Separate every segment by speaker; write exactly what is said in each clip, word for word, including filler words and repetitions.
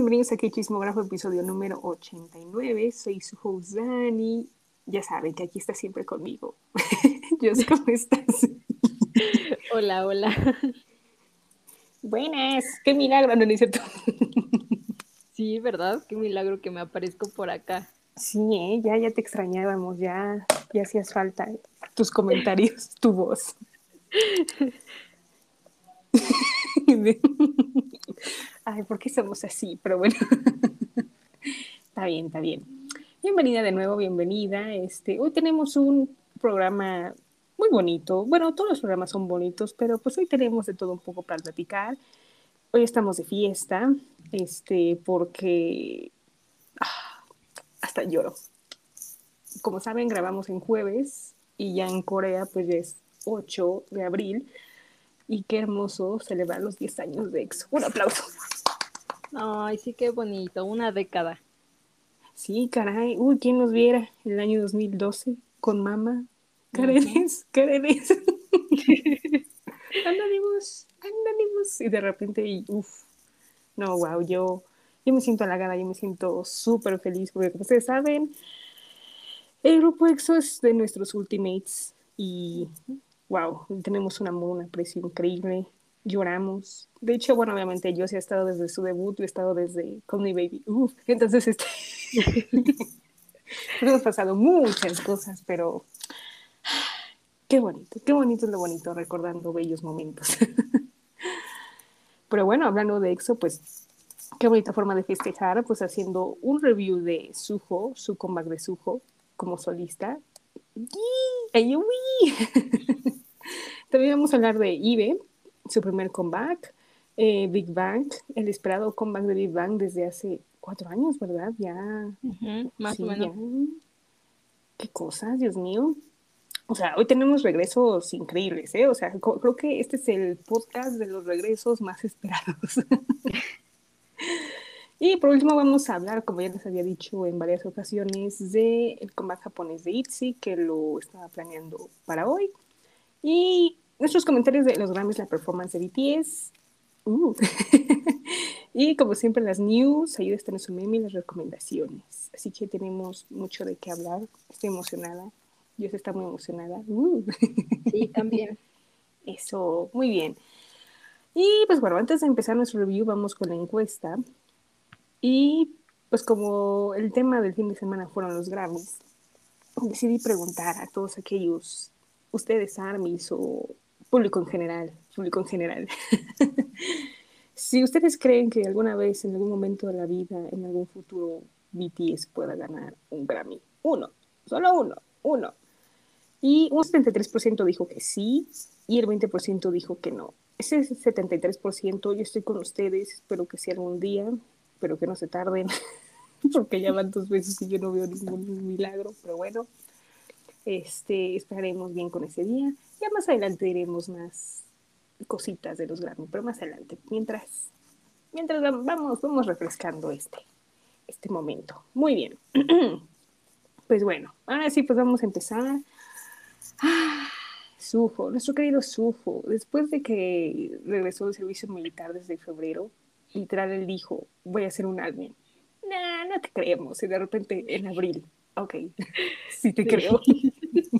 Speaker 1: bienvenidos a Chismógrafo, episodio número ochenta y nueve. Soy su host Dani. Ya saben que aquí está siempre conmigo. Jos, ¿cómo estás?
Speaker 2: Hola, hola.
Speaker 1: Buenas, qué milagro, no, no es cierto.
Speaker 2: Sí, ¿verdad? Qué milagro que me aparezco por acá.
Speaker 1: Sí, ¿eh? ya, ya te extrañábamos, ya, ya hacías falta tus comentarios, tu voz. Ay, ¿por qué somos así? Pero bueno, está bien, está bien. Bienvenida de nuevo, bienvenida. Este, hoy tenemos un programa muy bonito. Bueno, todos los programas son bonitos, pero pues hoy tenemos de todo un poco para platicar. Hoy estamos de fiesta, este, porque ah, hasta lloro. Como saben, grabamos en jueves y ya en Corea pues ya es ocho de abril y qué hermoso celebrar los diez años de EXO. Un aplauso.
Speaker 2: Ay, sí, qué bonito. Una década.
Speaker 1: Sí, caray. Uy, ¿quién nos viera el año dos mil doce con mamá?
Speaker 2: Ujú.
Speaker 1: Carenes, carenes. Anónimos, anónimos. Y de repente, y, uff, no, wow, yo, yo me siento halagada, yo me siento súper feliz porque como ustedes saben, el grupo EXO es de nuestros ultimates y wow, tenemos un amor, un aprecio increíble, lloramos. De hecho, bueno, obviamente yo sí he estado desde su debut, yo he estado desde Call Me Baby, uff, entonces este, hemos pasado muchas cosas, pero qué bonito, qué bonito es lo bonito recordando bellos momentos. Pero bueno, hablando de EXO, pues qué bonita forma de festejar, pues haciendo un review de Suho, su comeback de Suho como solista. También vamos a hablar de Ive, su primer comeback, eh, Big Bang, el esperado comeback de Big Bang desde hace cuatro años, ¿verdad? Ya,
Speaker 2: Ujú, más o
Speaker 1: sí, ya.
Speaker 2: menos.
Speaker 1: Qué cosas, Dios mío. O sea, hoy tenemos regresos increíbles, ¿eh? O sea, creo que este es el podcast de los regresos más esperados. Y por último vamos a hablar, como ya les había dicho en varias ocasiones, del comeback japonés de ITZY, que lo estaba planeando para hoy. Y nuestros comentarios de los Grammys, la performance de B T S. Uh. Y como siempre las news, ayuda a estar en su meme y las recomendaciones. Así que tenemos mucho de qué hablar. Estoy emocionada. Dios está muy emocionada. Uh.
Speaker 2: Sí, también.
Speaker 1: Eso, muy bien. Y pues bueno, antes de empezar nuestro review, vamos con la encuesta. Y pues como el tema del fin de semana fueron los Grammys, decidí preguntar a todos aquellos, ustedes ARMYs o público en general, público en general, si ustedes creen que alguna vez, en algún momento de la vida, en algún futuro, B T S pueda ganar un Grammy. Uno, solo uno, uno. Y un setenta y tres por ciento dijo que sí y el veinte por ciento dijo que no. Ese setenta y tres por ciento yo estoy con ustedes, espero que sea algún día, pero que no se tarden, porque ya van dos veces y yo no veo ningún milagro, pero bueno, este, esperaremos bien con ese día. Ya más adelante diremos más cositas de los Grammy, pero más adelante, mientras, mientras vamos, vamos refrescando este, este momento. Muy bien. Pues bueno, ahora sí, pues vamos a empezar. Ah, Suho, nuestro querido Suho, después de que regresó del servicio militar desde febrero, literal él dijo, voy a hacer un álbum. Nah, no te creemos. Y de repente en abril, ok, sí te creo.
Speaker 2: Sí.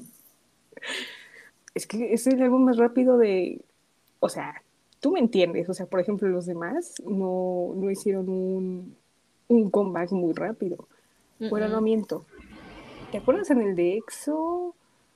Speaker 1: Es que es el álbum más rápido de, o sea, tú me entiendes, o sea, por ejemplo, los demás no, no hicieron un, un comeback muy rápido. Bueno, no
Speaker 2: Mm-mm.
Speaker 1: miento. ¿Te acuerdas en el de EXO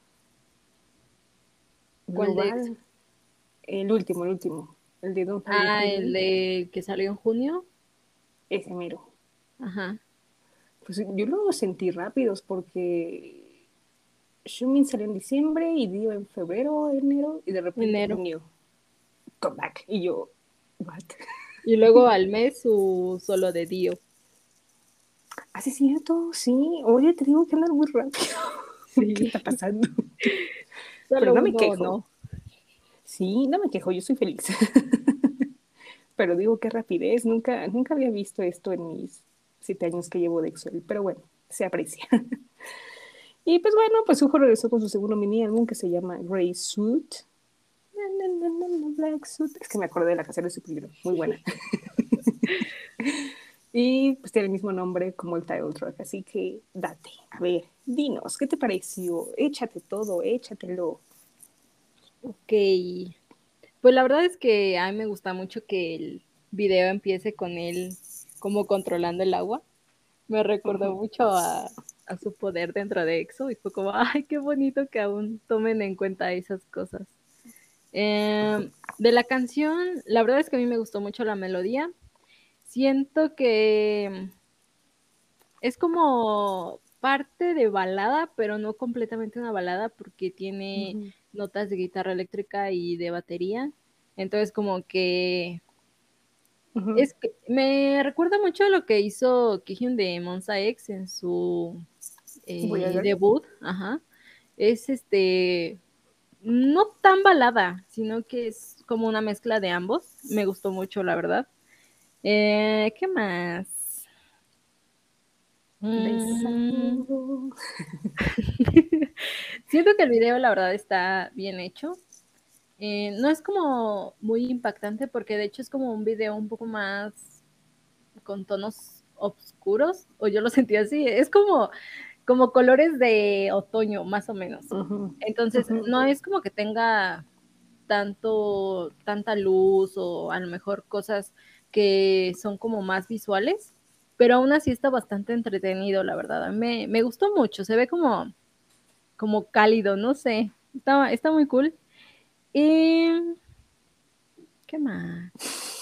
Speaker 2: ¿Cuál de ex?
Speaker 1: Global? El último, el último. El de Don't Hide
Speaker 2: Ah,
Speaker 1: With
Speaker 2: el
Speaker 1: Me.
Speaker 2: de que salió en junio.
Speaker 1: Ese mero.
Speaker 2: Ajá.
Speaker 1: Pues yo lo sentí rápidos porque Shumin salió en diciembre y Dio en febrero, enero, y de repente
Speaker 2: Enero.
Speaker 1: junio. Comeback. Y yo, ¿what?
Speaker 2: Y luego al mes su solo de Dio.
Speaker 1: Ah, sí, es cierto, sí. Oye, te digo que andan muy rápido. ¿Qué
Speaker 2: Sí.
Speaker 1: está pasando? Pero
Speaker 2: Solo
Speaker 1: no me
Speaker 2: uno
Speaker 1: quejo.
Speaker 2: no.
Speaker 1: Sí, no me quejo, yo soy feliz. Pero digo, qué rapidez. Nunca, nunca había visto esto en mis siete años que llevo de Excel. Pero bueno, se aprecia. Y pues bueno, pues Suho regresó con su segundo mini álbum que se llama Grey Suit. Na, na, na, na, Black Suit. Es que me acordé de la canción de su libro. Muy buena. Y pues tiene el mismo nombre como el title track, así que date, a ver, dinos, ¿qué te pareció? Échate todo, échatelo.
Speaker 2: Ok, pues la verdad es que a mí me gusta mucho que el video empiece con él como controlando el agua. Me recordó
Speaker 1: Ujú,
Speaker 2: mucho a, a su poder dentro de EXO y fue como, ay, qué bonito que aún tomen en cuenta esas cosas. Eh, de la canción, la verdad es que a mí me gustó mucho la melodía. Siento que es como parte de balada, pero no completamente una balada porque tiene
Speaker 1: ujú,
Speaker 2: notas de guitarra eléctrica y de batería. Entonces como que
Speaker 1: ujú.
Speaker 2: es que me recuerda mucho a lo que hizo Kihyun de Monsta X en su
Speaker 1: Voy a
Speaker 2: eh,
Speaker 1: ver.
Speaker 2: debut, ajá. Es este no tan balada, sino que es como una mezcla de ambos. Me gustó mucho, la verdad. Eh, ¿Qué más? Mm,
Speaker 1: Desahogo.
Speaker 2: Siento que el video, la verdad, está bien hecho. Eh, no es como muy impactante porque de hecho es como un video un poco más con tonos oscuros, o yo lo sentí así. Es como, como colores de otoño, más o menos.
Speaker 1: Ujú,
Speaker 2: Entonces,
Speaker 1: ujú,
Speaker 2: no es como que tenga tanto, tanta luz o a lo mejor cosas que son como más visuales, pero aún así está bastante entretenido, la verdad. A mí me, me gustó mucho, se ve como, como cálido, no sé, está, está muy cool. ¿Y qué más?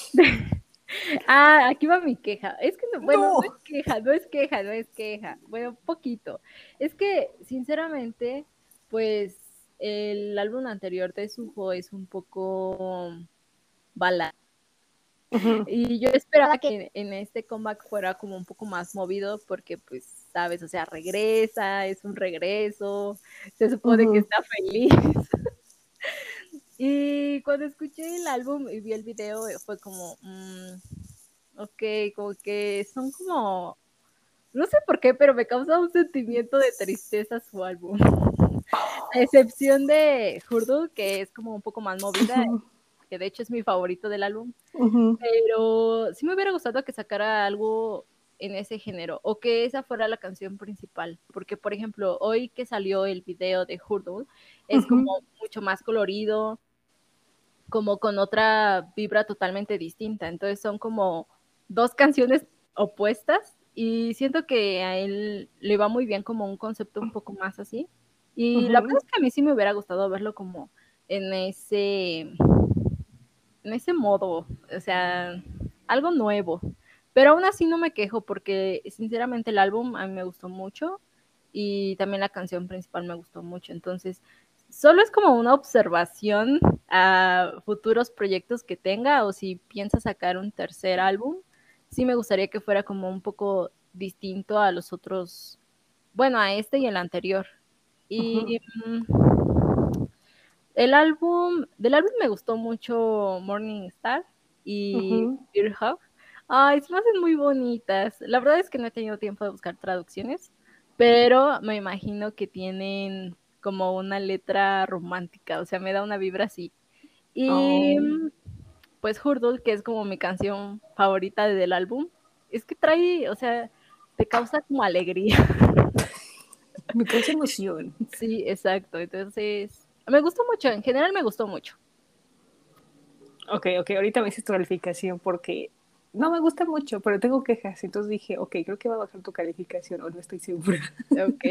Speaker 2: Ah, aquí va mi queja. Es que, no, bueno, no es
Speaker 1: No.
Speaker 2: queja, no es queja, no es queja. Bueno, poquito. Es que, sinceramente, pues el álbum anterior de Suho es un poco balada.
Speaker 1: Ujú,
Speaker 2: Y yo esperaba que en este comeback fuera como un poco más movido porque, pues, sabes, o sea, regresa, es un regreso, se supone que
Speaker 1: ujú,
Speaker 2: está feliz. Y cuando escuché el álbum y vi el video, fue como, mmm, ok, como que son como, no sé por qué, pero me causa un sentimiento de tristeza su álbum. A excepción de Hurdle, que es como un poco más movida,
Speaker 1: ujú,
Speaker 2: que de hecho es mi favorito del álbum.
Speaker 1: ujú,
Speaker 2: Pero sí me hubiera gustado que sacara algo en ese género o que esa fuera la canción principal, porque por ejemplo, hoy que salió el video de Hurdle, es como
Speaker 1: ujú,
Speaker 2: mucho más colorido, como con otra vibra totalmente distinta, entonces son como dos canciones opuestas y siento que a él le va muy bien como un concepto un poco más así. Y la verdad
Speaker 1: ujú,
Speaker 2: es que a mí sí me hubiera gustado verlo como en ese en ese modo, o sea, algo nuevo. Pero aún así no me quejo porque sinceramente el álbum a mí me gustó mucho y también la canción principal me gustó mucho. Entonces, solo es como una observación a futuros proyectos que tenga o si piensa sacar un tercer álbum, sí me gustaría que fuera como un poco distinto a los otros, bueno, a este y el anterior.
Speaker 1: ujú,
Speaker 2: Y mm, el álbum, del álbum me gustó mucho Morning Star y
Speaker 1: ujú.
Speaker 2: Beer Hug. Ay, se me hacen muy bonitas. La verdad es que no he tenido tiempo de buscar traducciones, pero me imagino que tienen como una letra romántica, o sea, me da una vibra así. Y
Speaker 1: Oh,
Speaker 2: pues Hurdle, que es como mi canción favorita del álbum, es que trae, o sea, te causa como alegría.
Speaker 1: me causa emoción.
Speaker 2: Sí, exacto. Entonces, me gustó mucho, en general me gustó mucho.
Speaker 1: Ok, ok, ahorita me dices tu calificación porque no me gusta mucho, pero tengo quejas. Entonces dije, ok, creo que va a bajar tu calificación o no estoy segura.
Speaker 2: Ok.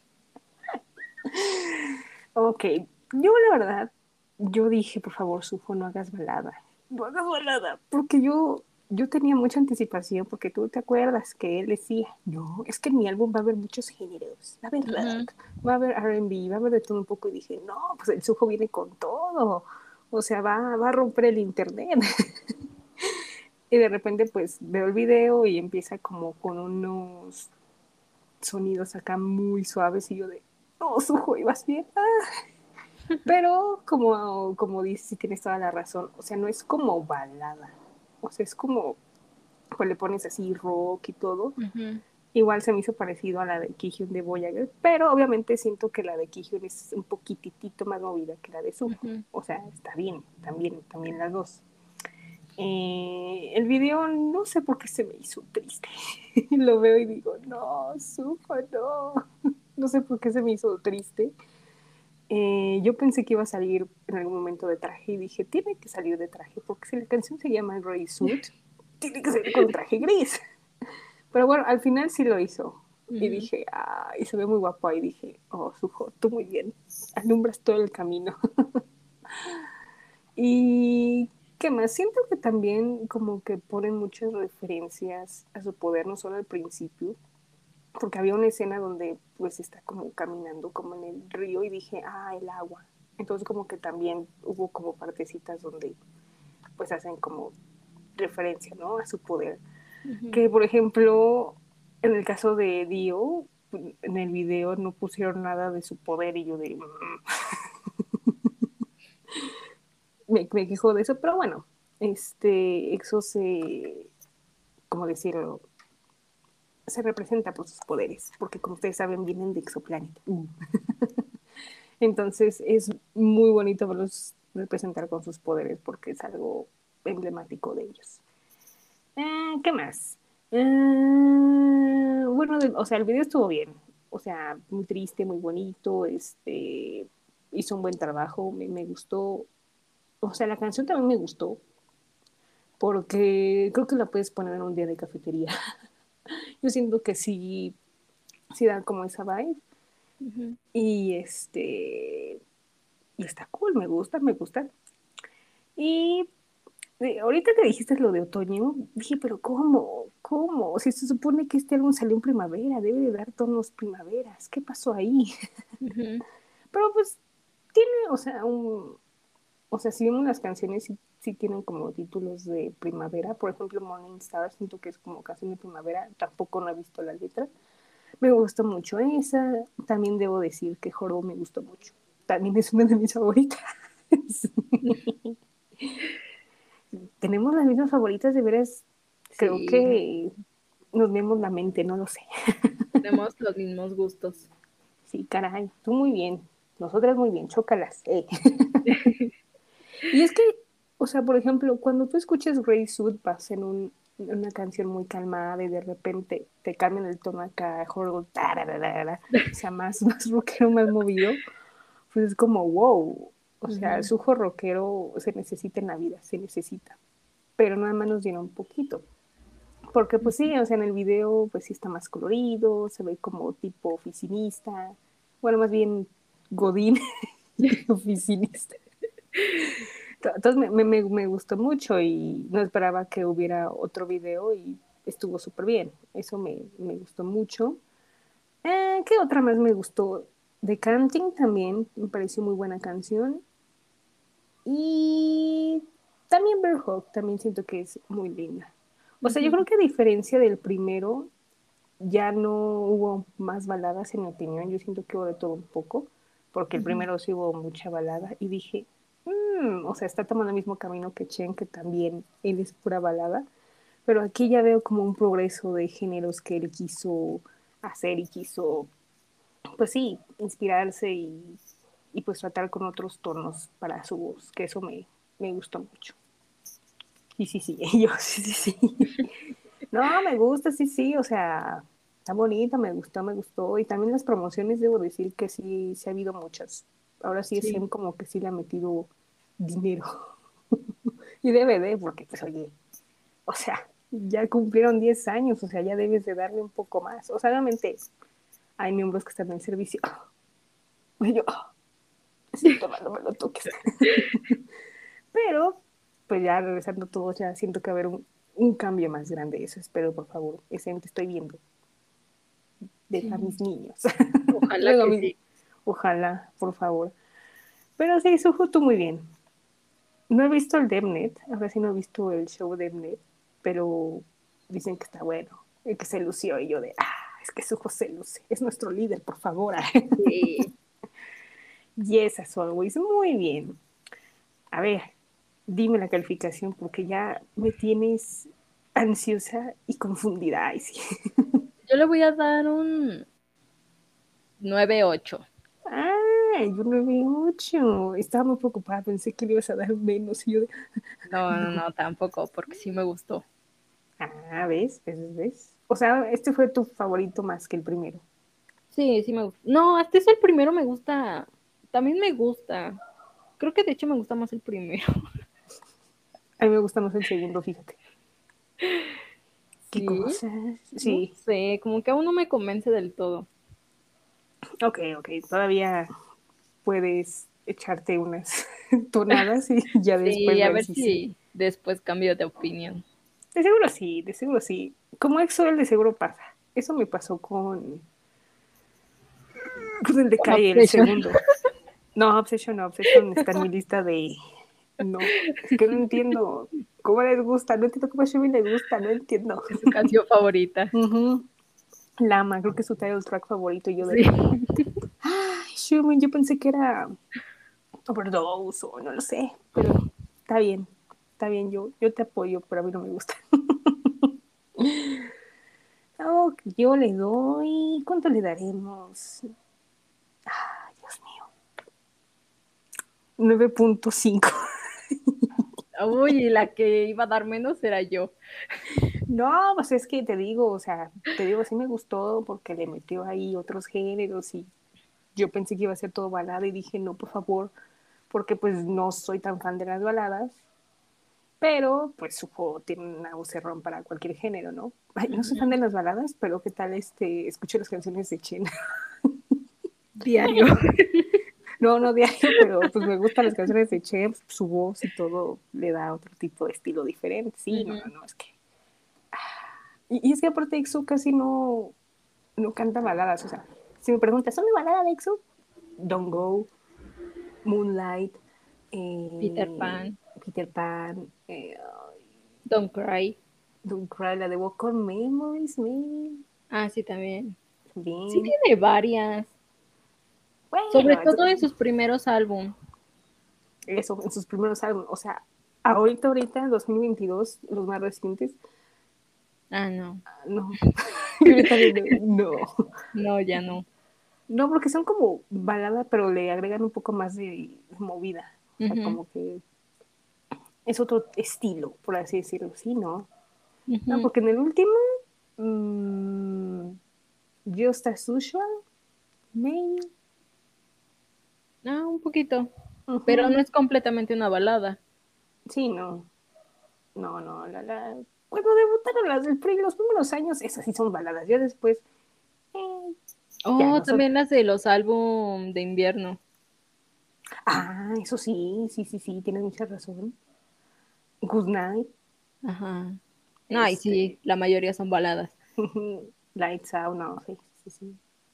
Speaker 1: Ok, yo la verdad, yo dije, por favor, Sufo, no hagas balada. No hagas balada, porque yo, yo tenía mucha anticipación, porque tú te acuerdas que él decía, no, es que en mi álbum va a haber muchos géneros, va a haber
Speaker 2: Ujú.
Speaker 1: rap, va a haber R and B, va a haber de todo un poco, y dije, no, pues el Sufo viene con todo, o sea, va, va a romper el internet. Y de repente, pues, veo el video y empieza como con unos sonidos acá muy suaves, y yo de, no, Sujo, ibas bien. Pero como, como dices, sí tienes toda la razón, o sea, no es como balada, o sea, es como, pues le pones así rock y todo.
Speaker 2: Ujú,
Speaker 1: Igual se me hizo parecido a la de Kihyun de Voyager, pero obviamente siento que la de Kihyun es un poquitito más movida que la de Suho.
Speaker 2: ujú.
Speaker 1: O sea, está bien, también, también las dos. Eh, el video no sé por qué se me hizo triste. Lo veo y digo, no, Suho, no. No sé por qué se me hizo triste. Eh, yo pensé que iba a salir en algún momento de traje y dije, tiene que salir de traje, porque si la canción se llama Grey Suit, tiene que salir con un traje gris. Pero bueno, al final sí lo hizo. Y
Speaker 2: Ujú.
Speaker 1: dije, ah, y se ve muy guapo. Y dije, oh, Suho, tú muy bien. Alumbras todo el camino. Y qué más, siento que también como que ponen muchas referencias a su poder, no solo al principio, porque había una escena donde pues está como caminando como en el río y dije, ah, el agua. Entonces como que también hubo como partecitas donde pues hacen como referencia, ¿no? A su poder.
Speaker 2: Ujú.
Speaker 1: Que por ejemplo, en el caso de Dio, en el video no pusieron nada de su poder y yo de... "Mm". me, me quejo de eso, pero bueno, este, Exo se, ¿cómo decirlo? Se representa por sus poderes, porque como ustedes saben, vienen de Exoplanet. Uh. Entonces es muy bonito verlos representar con sus poderes, porque es algo emblemático de ellos. Eh, ¿Qué más? Eh, bueno, de, o sea, el video estuvo bien. O sea, muy triste, muy bonito. Este, hizo un buen trabajo, me, me gustó. O sea, la canción también me gustó, porque creo que la puedes poner en un día de cafetería. Yo siento que sí, sí dan como esa vibe.
Speaker 2: Ujú.
Speaker 1: Y este, y está cool, me gusta, me gusta. Y eh, ahorita que dijiste lo de otoño, dije, pero ¿cómo? ¿Cómo? Si se supone que este álbum salió en primavera, debe de dar tonos primaveras. ¿Qué pasó ahí?
Speaker 2: Ujú.
Speaker 1: Pero pues tiene, o sea, un, o sea, si vemos las canciones, sí, sí tienen como títulos de primavera. Por ejemplo, Morning Star, siento que es como canción de primavera. Tampoco no he visto la letra. Me gustó mucho esa. También debo decir que Joro me gustó mucho. También es una de mis favoritas. Tenemos las mismas favoritas, de veras. Creo
Speaker 2: Sí,
Speaker 1: que nos vemos la mente, no lo sé.
Speaker 2: tenemos los mismos gustos.
Speaker 1: Sí, caray, tú muy bien. Nosotras muy bien, chócalas. Eh. Y es que, o sea, por ejemplo, cuando tú escuchas Grey Suit, vas en un, una canción muy calmada y de repente te cambian el tono acá, horrible, tararara, o sea, más, más rockero, más movido, pues es como, wow. O sea, el
Speaker 2: Ujú.
Speaker 1: sujo rockero se necesita en la vida, se necesita. Pero nada más nos dieron un poquito. Porque pues sí, o sea, en el video pues sí está más colorido, se ve como tipo oficinista, bueno, más bien godín oficinista. Entonces me, me, me, gustó mucho y no esperaba que hubiera otro video y estuvo súper bien. Eso me, me gustó mucho. Eh, ¿Qué otra más me gustó? The Canting también me pareció muy buena canción. Y también Bear Hug, también siento que es muy linda. O sea, yo
Speaker 2: Ujú.
Speaker 1: creo que a diferencia del primero, ya no hubo más baladas, en mi opinión. Yo siento que hubo de todo un poco, porque el
Speaker 2: Ujú.
Speaker 1: primero sí hubo mucha balada y dije, mmm, o sea, está tomando el mismo camino que Chen, que también él es pura balada, pero aquí ya veo como un progreso de géneros que él quiso hacer y quiso, pues sí, inspirarse y, y pues tratar con otros tonos para su voz, que eso me, me gustó mucho. Y sí, sí, yo sí, sí, sí. No, me gusta, sí, sí, o sea, está bonita, me gustó, me gustó. Y también las promociones, debo decir que sí, sí ha habido muchas. Ahora sí es
Speaker 2: Sí,
Speaker 1: M como que sí le ha metido dinero. Y D V D, porque pues oye, o sea, ya cumplieron diez años, o sea, ya debes de darle un poco más. O sea, obviamente hay miembros que están en servicio. Y yo, oh, siento mal, no me lo toques. Pero, pues ya regresando todos, ya siento que va a haber un, un cambio más grande. Eso espero, por favor. Ese te estoy viendo. Deja a
Speaker 2: sí.
Speaker 1: mis niños.
Speaker 2: Ojalá
Speaker 1: Luego,
Speaker 2: que
Speaker 1: mis,
Speaker 2: sí.
Speaker 1: ojalá, por favor. Pero sí, su justo muy bien. No he visto el Demnet, ahora sí no he visto el show Demnet, pero dicen que está bueno, y que se lució, y yo de, ah, es que Sujo se luce, es nuestro líder, por favor.
Speaker 2: Sí.
Speaker 1: Yes, as always, muy bien. A ver, dime la calificación porque ya me tienes ansiosa y confundida. Ay, sí.
Speaker 2: Yo le voy a dar un nueve ocho.
Speaker 1: Ah, yo nueve ocho. Estaba muy preocupada, pensé que le ibas a dar menos. Y yo de...
Speaker 2: No, no, no, tampoco, porque sí me gustó.
Speaker 1: Ah, ¿ves? ¿Ves? ¿Ves? O sea, este fue tu favorito más que el primero.
Speaker 2: Sí, sí me gusta. No, hasta eso el primero me gusta. También me gusta. Creo que de hecho me gusta más el primero.
Speaker 1: A mí me gusta más el segundo, fíjate. ¿Qué
Speaker 2: Sí,
Speaker 1: cosas?
Speaker 2: no
Speaker 1: Sí.
Speaker 2: sé, como que aún no me convence del todo.
Speaker 1: Ok, ok. Todavía puedes echarte unas tonadas y ya después
Speaker 2: Sí, a
Speaker 1: ver
Speaker 2: ver
Speaker 1: si sí.
Speaker 2: si después cambio de opinión.
Speaker 1: De seguro sí, de seguro sí. Como EXO-L de seguro pasa. Eso me pasó con, con el de
Speaker 2: Con
Speaker 1: Calle, el
Speaker 2: Obsession.
Speaker 1: segundo. No, Obsession, no, Obsession está en mi lista de... No, es que no entiendo cómo les gusta, no entiendo cómo a Shumi le gusta, no entiendo.
Speaker 2: Es su canción favorita.
Speaker 1: Uh-huh. Lama, creo que es su title track favorito. Y yo de,
Speaker 2: Sí.
Speaker 1: ay, Shumi, yo pensé que era Overdose o no lo sé, pero está bien, está bien, yo, yo te apoyo, pero a mí no me gusta. Oh, yo le doy, ¿cuánto le daremos? Ay, Dios mío, nueve punto cinco.
Speaker 2: Uy, y la que iba a dar menos era yo.
Speaker 1: No, pues es que te digo, o sea, te digo, sí me gustó porque le metió ahí otros géneros y yo pensé que iba a ser todo balada y dije, no, por favor, porque pues no soy tan fan de las baladas, pero pues su juego tiene una vocerrón para cualquier género, ¿no? Ay, no soy fan de las baladas, pero ¿qué tal este, escucho las canciones de Chen?
Speaker 2: Diario.
Speaker 1: No, no diario, pero pues me gustan las canciones de Chen, su voz y todo le da otro tipo de estilo diferente. Sí, no, no, no, es que... Y, y es que aparte EXO casi no, no canta baladas, o sea, si me preguntas, ¿son de balada de EXO? Don't Go, Moonlight,
Speaker 2: Peter
Speaker 1: eh,
Speaker 2: Pan.
Speaker 1: Peter Pan, eh,
Speaker 2: Don't Cry.
Speaker 1: Don't Cry, la de Walk on Memories, maybe.
Speaker 2: Ah, sí, también. Sí
Speaker 1: Bien.
Speaker 2: tiene varias. Sobre
Speaker 1: Bueno,
Speaker 2: todo en sus primeros álbumes.
Speaker 1: eso, en sus primeros álbumes. O sea, ahorita, ahorita, en dos mil veintidós, los más recientes,
Speaker 2: Ah, no.
Speaker 1: no. Ahorita no.
Speaker 2: No, ya no.
Speaker 1: No, porque son como balada, pero le agregan un poco más de movida. O sea,
Speaker 2: Ujú,
Speaker 1: como que es otro estilo, por así decirlo. Sí, ¿no? No,
Speaker 2: ujú.
Speaker 1: porque en el último, mmm, Just as Usual, maybe.
Speaker 2: Ah, un poquito. Pero no
Speaker 1: Uh-huh.
Speaker 2: es completamente una balada.
Speaker 1: Sí, no. No, no, la, la... Cuando debutaron las del P R I, los primeros años, esas sí son baladas. Ya después, eh, ya
Speaker 2: Oh,
Speaker 1: no son.
Speaker 2: también las de los álbum de invierno.
Speaker 1: Ah, eso sí, sí, sí, sí, tienes mucha razón. Good Night,
Speaker 2: Ajá. No, y sí,
Speaker 1: este,
Speaker 2: la mayoría son baladas.
Speaker 1: Lights Out, no, sí, sí, sí.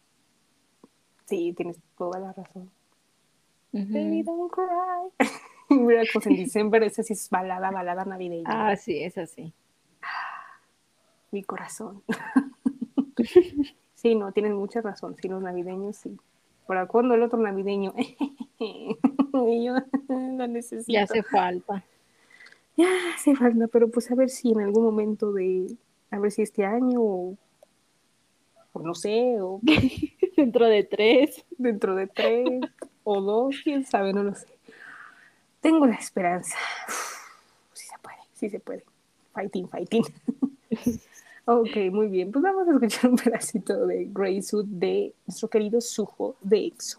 Speaker 1: Sí, tienes toda la razón. Baby,
Speaker 2: Ujú.
Speaker 1: don't cry. Miracles in December, esa sí es balada, balada navideña.
Speaker 2: Ah, sí, es así.
Speaker 1: Mi corazón. Sí, no, tienes mucha razón. Sí, los navideños, sí. ¿Para cuándo el otro navideño? Y yo lo
Speaker 2: Ya
Speaker 1: necesito.
Speaker 2: hace falta.
Speaker 1: Ya hace falta, pero pues a ver si en algún momento de, a ver si este año o, o no sé, o
Speaker 2: Dentro de tres.
Speaker 1: dentro de tres o dos, quién sabe, no lo sé. Tengo la esperanza. Uf, sí se puede, sí se puede. Fighting, fighting. Ok, muy bien. Pues vamos a escuchar un pedacito de Grey Suit de nuestro querido Suho de EXO.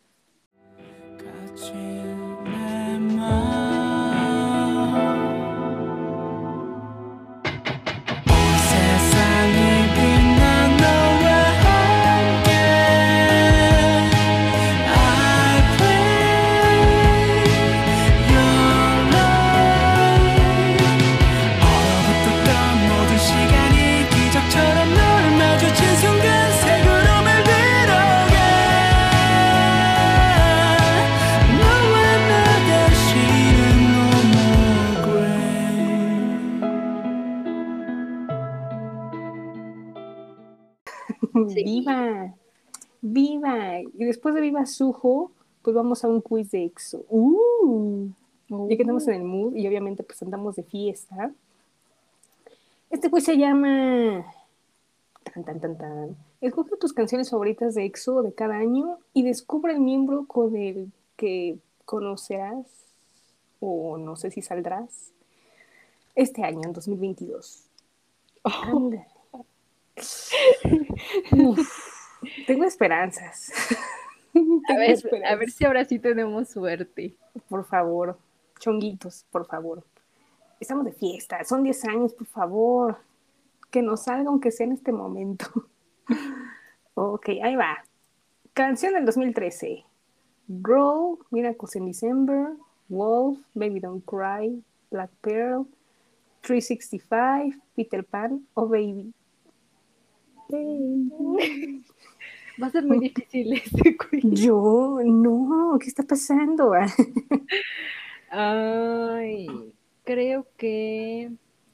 Speaker 2: Sí.
Speaker 1: ¡Viva! ¡Viva! Y después de Viva Suho, pues vamos a un quiz de EXO. ¡Uh! Ya que estamos
Speaker 2: Oh.
Speaker 1: en el mood y obviamente pues andamos de fiesta. Este quiz se llama... Tan, tan, tan, tan. Escoge tus canciones favoritas de EXO de cada año y descubre el miembro con el que conocerás o no sé si saldrás este año, en dos mil veintidós.
Speaker 2: Oh.
Speaker 1: Anda. Uf, tengo esperanzas.
Speaker 2: A
Speaker 1: Tengo
Speaker 2: ver, a ver
Speaker 1: esperanzas.
Speaker 2: si ahora sí tenemos suerte.
Speaker 1: Por favor, chonguitos, por favor. Estamos de fiesta, son diez años, por favor. Que nos salga aunque sea en este momento. Ok, ahí va. Canción del dos mil trece. Grow, Miracles in December, Wolf, Baby Don't Cry, Black Pearl, trescientos sesenta y cinco, Peter Pan o Baby. Baby.
Speaker 2: Va a ser muy difícil este quiz.
Speaker 1: Yo, no, ¿qué está pasando?
Speaker 2: Ay, creo que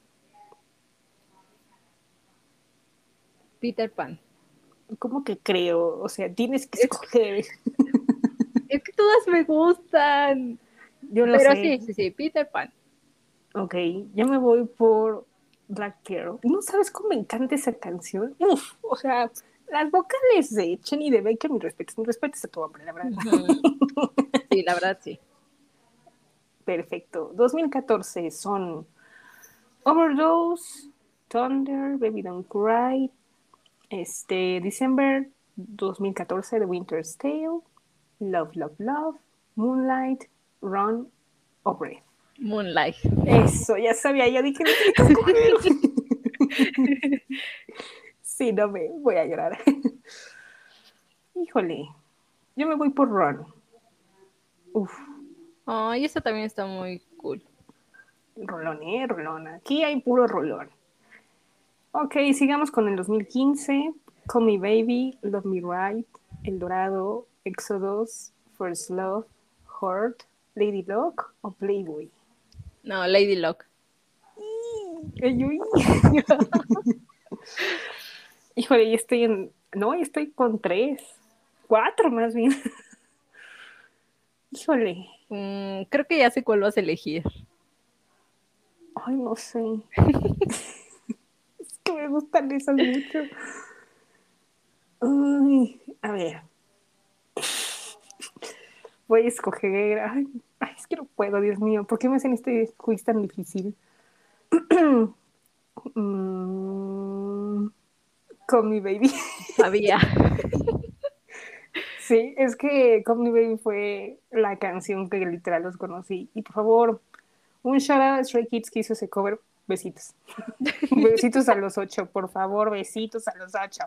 Speaker 2: Peter Pan.
Speaker 1: ¿Cómo que creo? O sea, tienes que
Speaker 2: Es,
Speaker 1: escoger.
Speaker 2: es que todas me gustan.
Speaker 1: Yo lo
Speaker 2: Pero
Speaker 1: sé.
Speaker 2: sí, sí, sí, Peter Pan.
Speaker 1: Ok, yo me voy por Black Pearl. ¿No sabes cómo me encanta esa canción? Uf, o sea, las vocales de Chen y de Baker, mi respeto, mi respeto a tu hombre, la verdad.
Speaker 2: Ujú. Sí, la verdad sí.
Speaker 1: Perfecto. dos mil catorce son Overdose, Thunder, Baby Don't Cry, este, December dos mil catorce, The Winter's Tale, Love, Love, Love, Moonlight, Run o Breath.
Speaker 2: Moonlight.
Speaker 1: Eso, ya sabía, yo dije, no tiene que escoger. Sí, no me voy a llorar. Híjole, yo me voy por Run. Uf,
Speaker 2: Ay, esa también está muy cool.
Speaker 1: rolón, eh, rolón. Aquí hay puro rolón. Ok, sigamos con el dos mil quince. Call Me Baby, Love Me Right, El Dorado, Exodus, First Love, Hurt, Lady Luck o Playboy.
Speaker 2: No, Lady Luck.
Speaker 1: Ay, uy. Híjole, y estoy en. No, estoy con tres. Cuatro más bien. Híjole.
Speaker 2: Mm, creo que ya sé cuál vas a elegir.
Speaker 1: Ay, no sé. Es que me gustan esas mucho. Ay, a ver. Voy a escoger. Ay, ay, es que no puedo, Dios mío. ¿Por qué me hacen este quiz tan difícil? mm, Con mi baby.
Speaker 2: Sabía.
Speaker 1: Sí, es que Call Me Baby fue la canción que literal los conocí. Y por favor, un shout out a Stray Kids que hizo ese cover. Besitos. Besitos a los ocho, por favor, besitos a los ocho.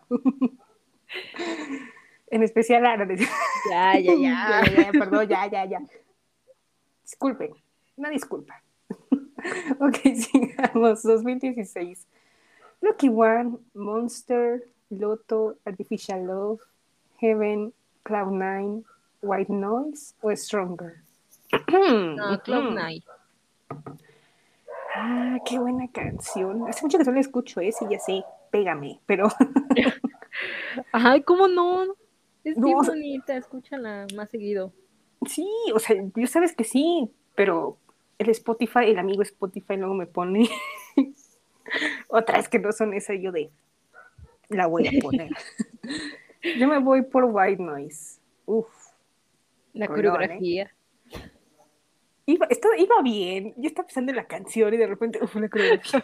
Speaker 1: En especial a...
Speaker 2: Ya, ya, ya.
Speaker 1: ya, ya, ya, perdón, ya, ya, ya. Disculpen, una disculpa. Ok, sigamos. dos mil dieciséis. Lucky One, Monster, Lotto, Artificial Love, Heaven, Cloud Nine, White Noise o Stronger.
Speaker 2: No, Cloud Nine.
Speaker 1: Ah, qué buena canción. Hace mucho que no la escucho, ¿eh? Sí, ya sé, pégame, pero
Speaker 2: Ay, ¿cómo no? Es bien
Speaker 1: no,
Speaker 2: bonita, escúchala más seguido.
Speaker 1: sí, o sea, yo sabes que sí, pero el Spotify, el amigo Spotify luego me pone otras que no son esa, yo de la voy a poner. Yo me voy por White Noise. Uf,
Speaker 2: La
Speaker 1: rolón, ¿eh?
Speaker 2: coreografía.
Speaker 1: Iba, estaba, iba bien, yo estaba pensando en la canción y de repente, uf, la coreografía.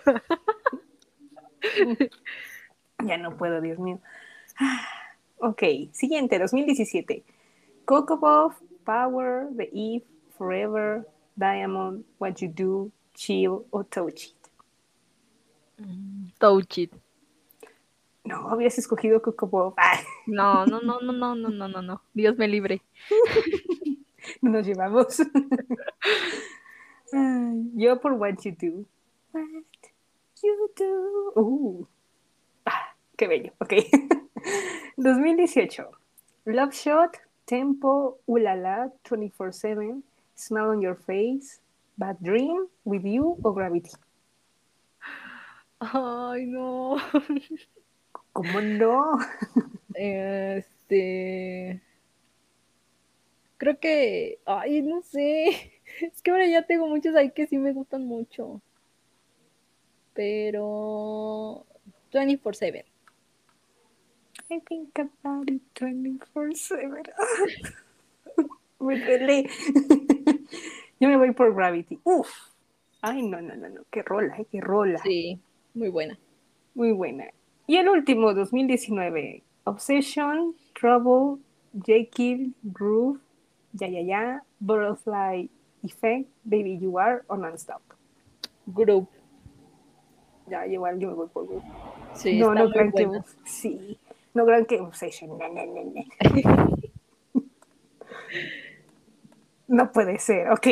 Speaker 1: Ya no puedo, Dios mío. Ok, siguiente, dos mil diecisiete. Coco Puff, Power, The Eve, Forever, Diamond, What You Do, Chill o Touch It.
Speaker 2: Touch It.
Speaker 1: No, habías escogido Coco Puff. Ah,
Speaker 2: No, no, no, no, no, no, no, no, no. Dios me libre.
Speaker 1: no nos llevamos. Ay, yo por What You Do. What You Do. Uh, ah, qué bello. Ok. dos mil dieciocho. Love Shot, Tempo, Ulala, veinticuatro siete, Smile on Your Face, Bad Dream, With You o Gravity.
Speaker 2: Ay, no.
Speaker 1: ¿Cómo no?
Speaker 2: Este. Creo que. Ay, no sé. Es que ahora ya tengo muchos ahí que sí me gustan mucho. Pero. veinticuatro siete.
Speaker 1: I think about it veinticuatro siete. Me duele. Yo me voy por Gravity. Uf. Ay, no, no, no, no. Qué rola, eh, qué rola.
Speaker 2: Sí, muy buena.
Speaker 1: Muy buena. Y el último, dos mil diecinueve. Obsession, Trouble, Jekyll, Groove, Ya Ya Ya, Butterfly Effect, Baby You Are o Nonstop.
Speaker 2: Group.
Speaker 1: Ya, igual yo me voy por Groove.
Speaker 2: Sí,
Speaker 1: No,
Speaker 2: está
Speaker 1: no
Speaker 2: muy
Speaker 1: crean que
Speaker 2: buena.
Speaker 1: sí. No crean que Obsession. No, no, no, no. No puede ser, ok.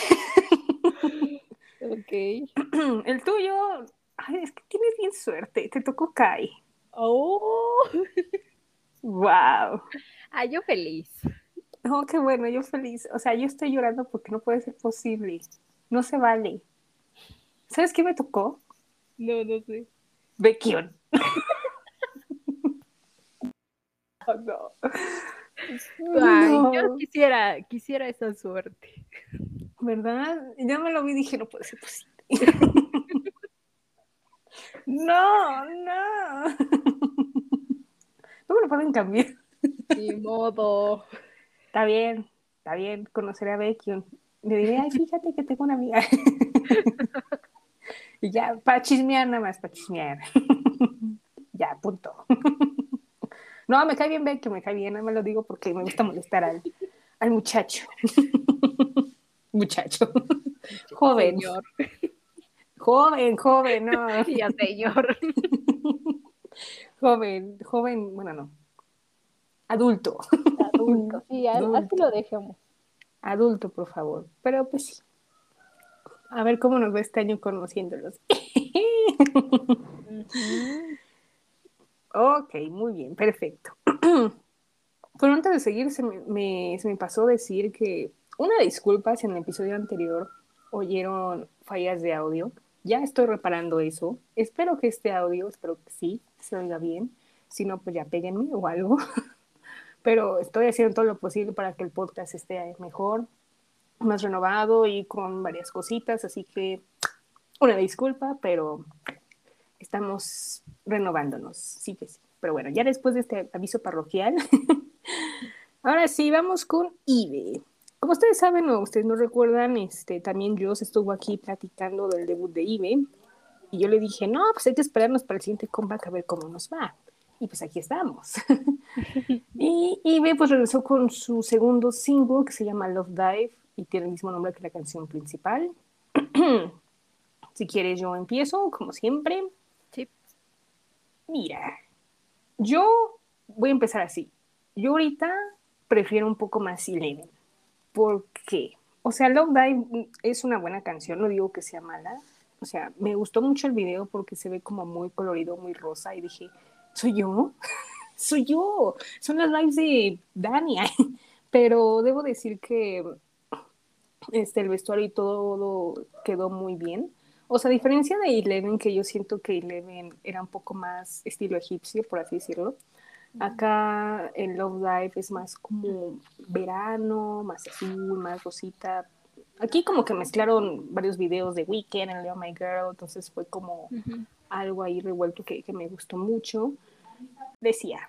Speaker 2: Ok.
Speaker 1: El tuyo, ay, es que tienes bien suerte. Te tocó Kai.
Speaker 2: Oh.
Speaker 1: Wow.
Speaker 2: Ah, yo feliz.
Speaker 1: Oh, qué bueno, yo feliz. O sea, yo estoy llorando porque no puede ser posible. No se vale. ¿Sabes qué me tocó?
Speaker 2: No, no sé.
Speaker 1: Baekhyun. Oh, no.
Speaker 2: Ay, yo
Speaker 1: No.
Speaker 2: quisiera, quisiera esa suerte.
Speaker 1: ¿Verdad? Ya me lo vi y dije, no puede ser posible. No, no. No me lo pueden cambiar.
Speaker 2: Ni modo.
Speaker 1: Está bien, está bien, conoceré a Baekhyun. Le diré, ay, fíjate que tengo una amiga. Y ya, para chismear nada más, para chismear. Ya, punto. No, me cae bien Baekhyun, me cae bien, no me lo digo porque me gusta molestar al, al muchacho. Muchacho. Joven,
Speaker 2: Señor.
Speaker 1: joven, joven, no.
Speaker 2: Ya, señor.
Speaker 1: Joven, joven, bueno, no. Adulto.
Speaker 2: Adulto, sí, así
Speaker 1: Adulto.
Speaker 2: lo dejemos.
Speaker 1: Adulto, por favor. Pero pues sí. A ver cómo nos va este año conociéndolos.
Speaker 2: Ujú.
Speaker 1: Ok, muy bien, perfecto. Pero antes de seguir, se me, me, se me pasó decir que una disculpa si en el episodio anterior oyeron fallas de audio. Ya estoy reparando eso. Espero que este audio, espero que sí, se oiga bien. Si no, pues ya péguenme o algo. Pero estoy haciendo todo lo posible para que el podcast esté mejor, más renovado y con varias cositas. Así que una disculpa, pero estamos renovándonos. Sí que sí. Pero bueno, ya después de este aviso parroquial, ahora sí, vamos con Ibe. Como ustedes saben o ustedes no recuerdan, este, también Joss estuvo aquí platicando del debut de Ibe. Y yo le dije, no, pues hay que esperarnos para el siguiente comeback a ver cómo nos va. Y pues aquí estamos. Y Ibe pues regresó con su segundo single que se llama Love Dive y tiene el mismo nombre que la canción principal. Si quieres yo empiezo, como siempre.
Speaker 2: Sí.
Speaker 1: Mira, yo voy a empezar así. Yo ahorita prefiero un poco más Eleven. ¿Por qué? O sea, Love Dive es una buena canción, no digo que sea mala. O sea, me gustó mucho el video porque se ve como muy colorido, muy rosa y dije, ¿soy yo? Soy yo. Son las lives de Dania. Pero debo decir que este, el vestuario y todo quedó muy bien. O sea, a diferencia de Eleven, que yo siento que Eleven era un poco más estilo egipcio, por así decirlo, acá en Love Life es más como verano, más azul, más rosita. Aquí como que mezclaron varios videos de Weekend en Leo My Girl, entonces fue como
Speaker 2: Ujú.
Speaker 1: algo ahí revuelto que, que me gustó mucho. Decía,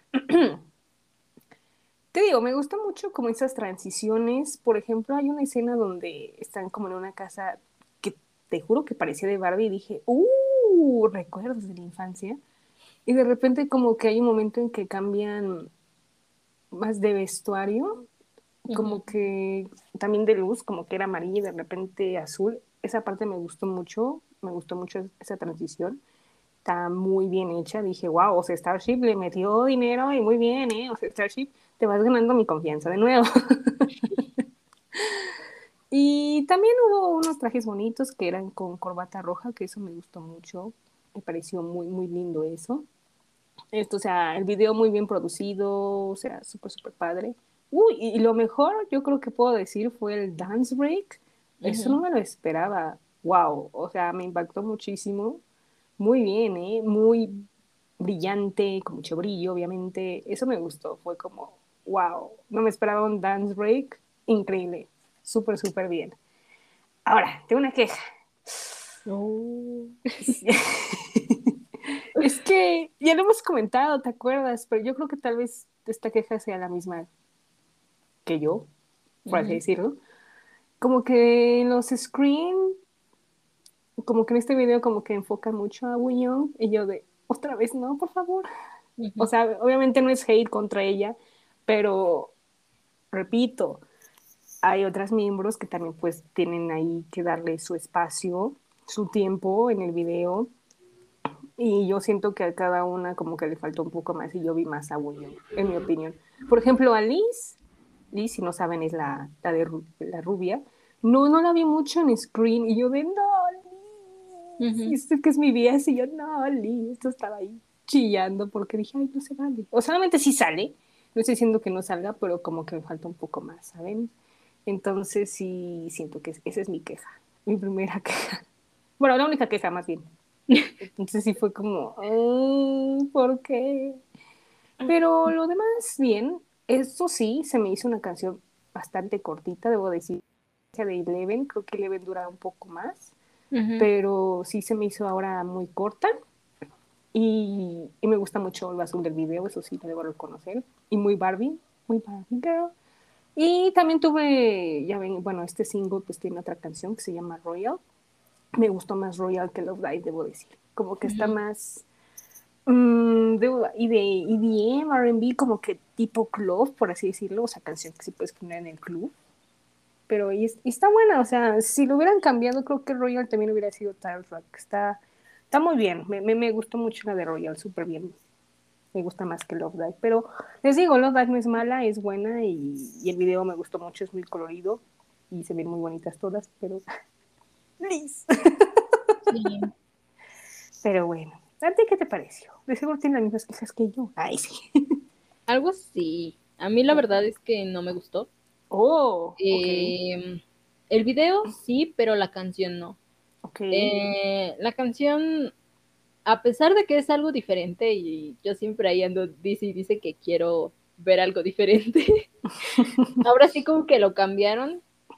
Speaker 1: te digo, me gustó mucho como esas transiciones. Por ejemplo, hay una escena donde están como en una casa que te juro que parecía de Barbie y dije, ¡uh! Recuerdos de la infancia. Y de repente como que hay un momento en que cambian más de vestuario,
Speaker 2: Ujú.
Speaker 1: como que también de luz, como que era amarilla y de repente azul. Esa parte me gustó mucho, me gustó mucho esa transición. Está muy bien hecha. Dije, wow, o sea, Starship le metió dinero y muy bien, ¿eh? O sea, Starship, te vas ganando mi confianza de nuevo. Y también hubo unos trajes bonitos que eran con corbata roja, que eso me gustó mucho. Me pareció muy, muy lindo eso. Esto, o sea, el video muy bien producido, o sea, súper, súper padre. Uy, y lo mejor yo creo que puedo decir fue el dance break. Eso
Speaker 2: Ujú.
Speaker 1: no me lo esperaba. Wow, o sea, me impactó muchísimo. Muy bien, ¿eh? Muy brillante, con mucho brillo, obviamente. Eso me gustó. Fue como, wow, no me esperaba un dance break. Increíble. Súper, súper bien. Ahora, tengo una queja.
Speaker 2: Oh.
Speaker 1: Es que ya lo hemos comentado, ¿te acuerdas? Pero yo creo que tal vez esta queja sea la misma que yo, por así
Speaker 2: Ujú,
Speaker 1: decirlo. Como que en los screen, como que en este video como que enfoca mucho a Woo y yo de, otra vez no, por favor. O
Speaker 2: ujú,
Speaker 1: sea, obviamente no es hate contra ella, pero repito, hay otras miembros que también pues tienen ahí que darle su espacio, su tiempo en el video. Y yo siento que a cada una como que le faltó un poco más y yo vi más a Woo en mi opinión. Por ejemplo, a Liz, Liz, si no saben, es la, la de la rubia. No, no la vi mucho en screen y yo de, no, Liz, y
Speaker 2: ujú.
Speaker 1: sé que es mi vida y yo, no, Liz, esto estaba ahí chillando porque dije, ay, no se vale. O solamente sí sale, no estoy diciendo que no salga, pero como que me falta un poco más, ¿saben? Entonces sí siento que esa es mi queja, mi primera queja. Bueno, la única queja más bien. Entonces sí fue como, "Mm, ¿por qué?". Pero lo demás, bien. Eso sí, se me hizo una canción bastante cortita, debo decir. De Eleven, creo que Eleven dura un poco más,
Speaker 2: Ujú.
Speaker 1: pero sí se me hizo ahora muy corta. Y, y me gusta mucho el azul del video, eso sí, lo debo reconocer. Y muy Barbie, muy Barbie Girl. Y también tuve, ya ven, bueno, este single pues tiene otra canción que se llama Royal. Me gustó más Royal que Love Live, debo decir. Como que está
Speaker 2: Ujú.
Speaker 1: más mm, de, y de E D M, R and B, como que tipo club, por así decirlo, o sea, canción que sí puedes poner en el club. Pero y, y está buena, o sea, si lo hubieran cambiado, creo que Royal también hubiera sido Tile Rock. Está, está muy bien, me, me, me gustó mucho la de Royal, súper bien. Me gusta más que Love Dive. Pero les digo, Love Dive no es mala, es buena y, y el video me gustó mucho, es muy colorido y se ven muy bonitas todas, pero Liz.
Speaker 2: Sí,
Speaker 1: Pero bueno, ¿a ti qué te pareció? De seguro tiene las mismas quejas que yo. Ay, sí.
Speaker 2: algo sí. A mí la verdad es que no me gustó.
Speaker 1: Oh, ok,
Speaker 2: Eh, el video sí, pero la canción no.
Speaker 1: ok.
Speaker 2: Eh, la canción, a pesar de que es algo diferente, y yo siempre ahí ando, dice y dice que quiero ver algo diferente, ahora sí como que lo cambiaron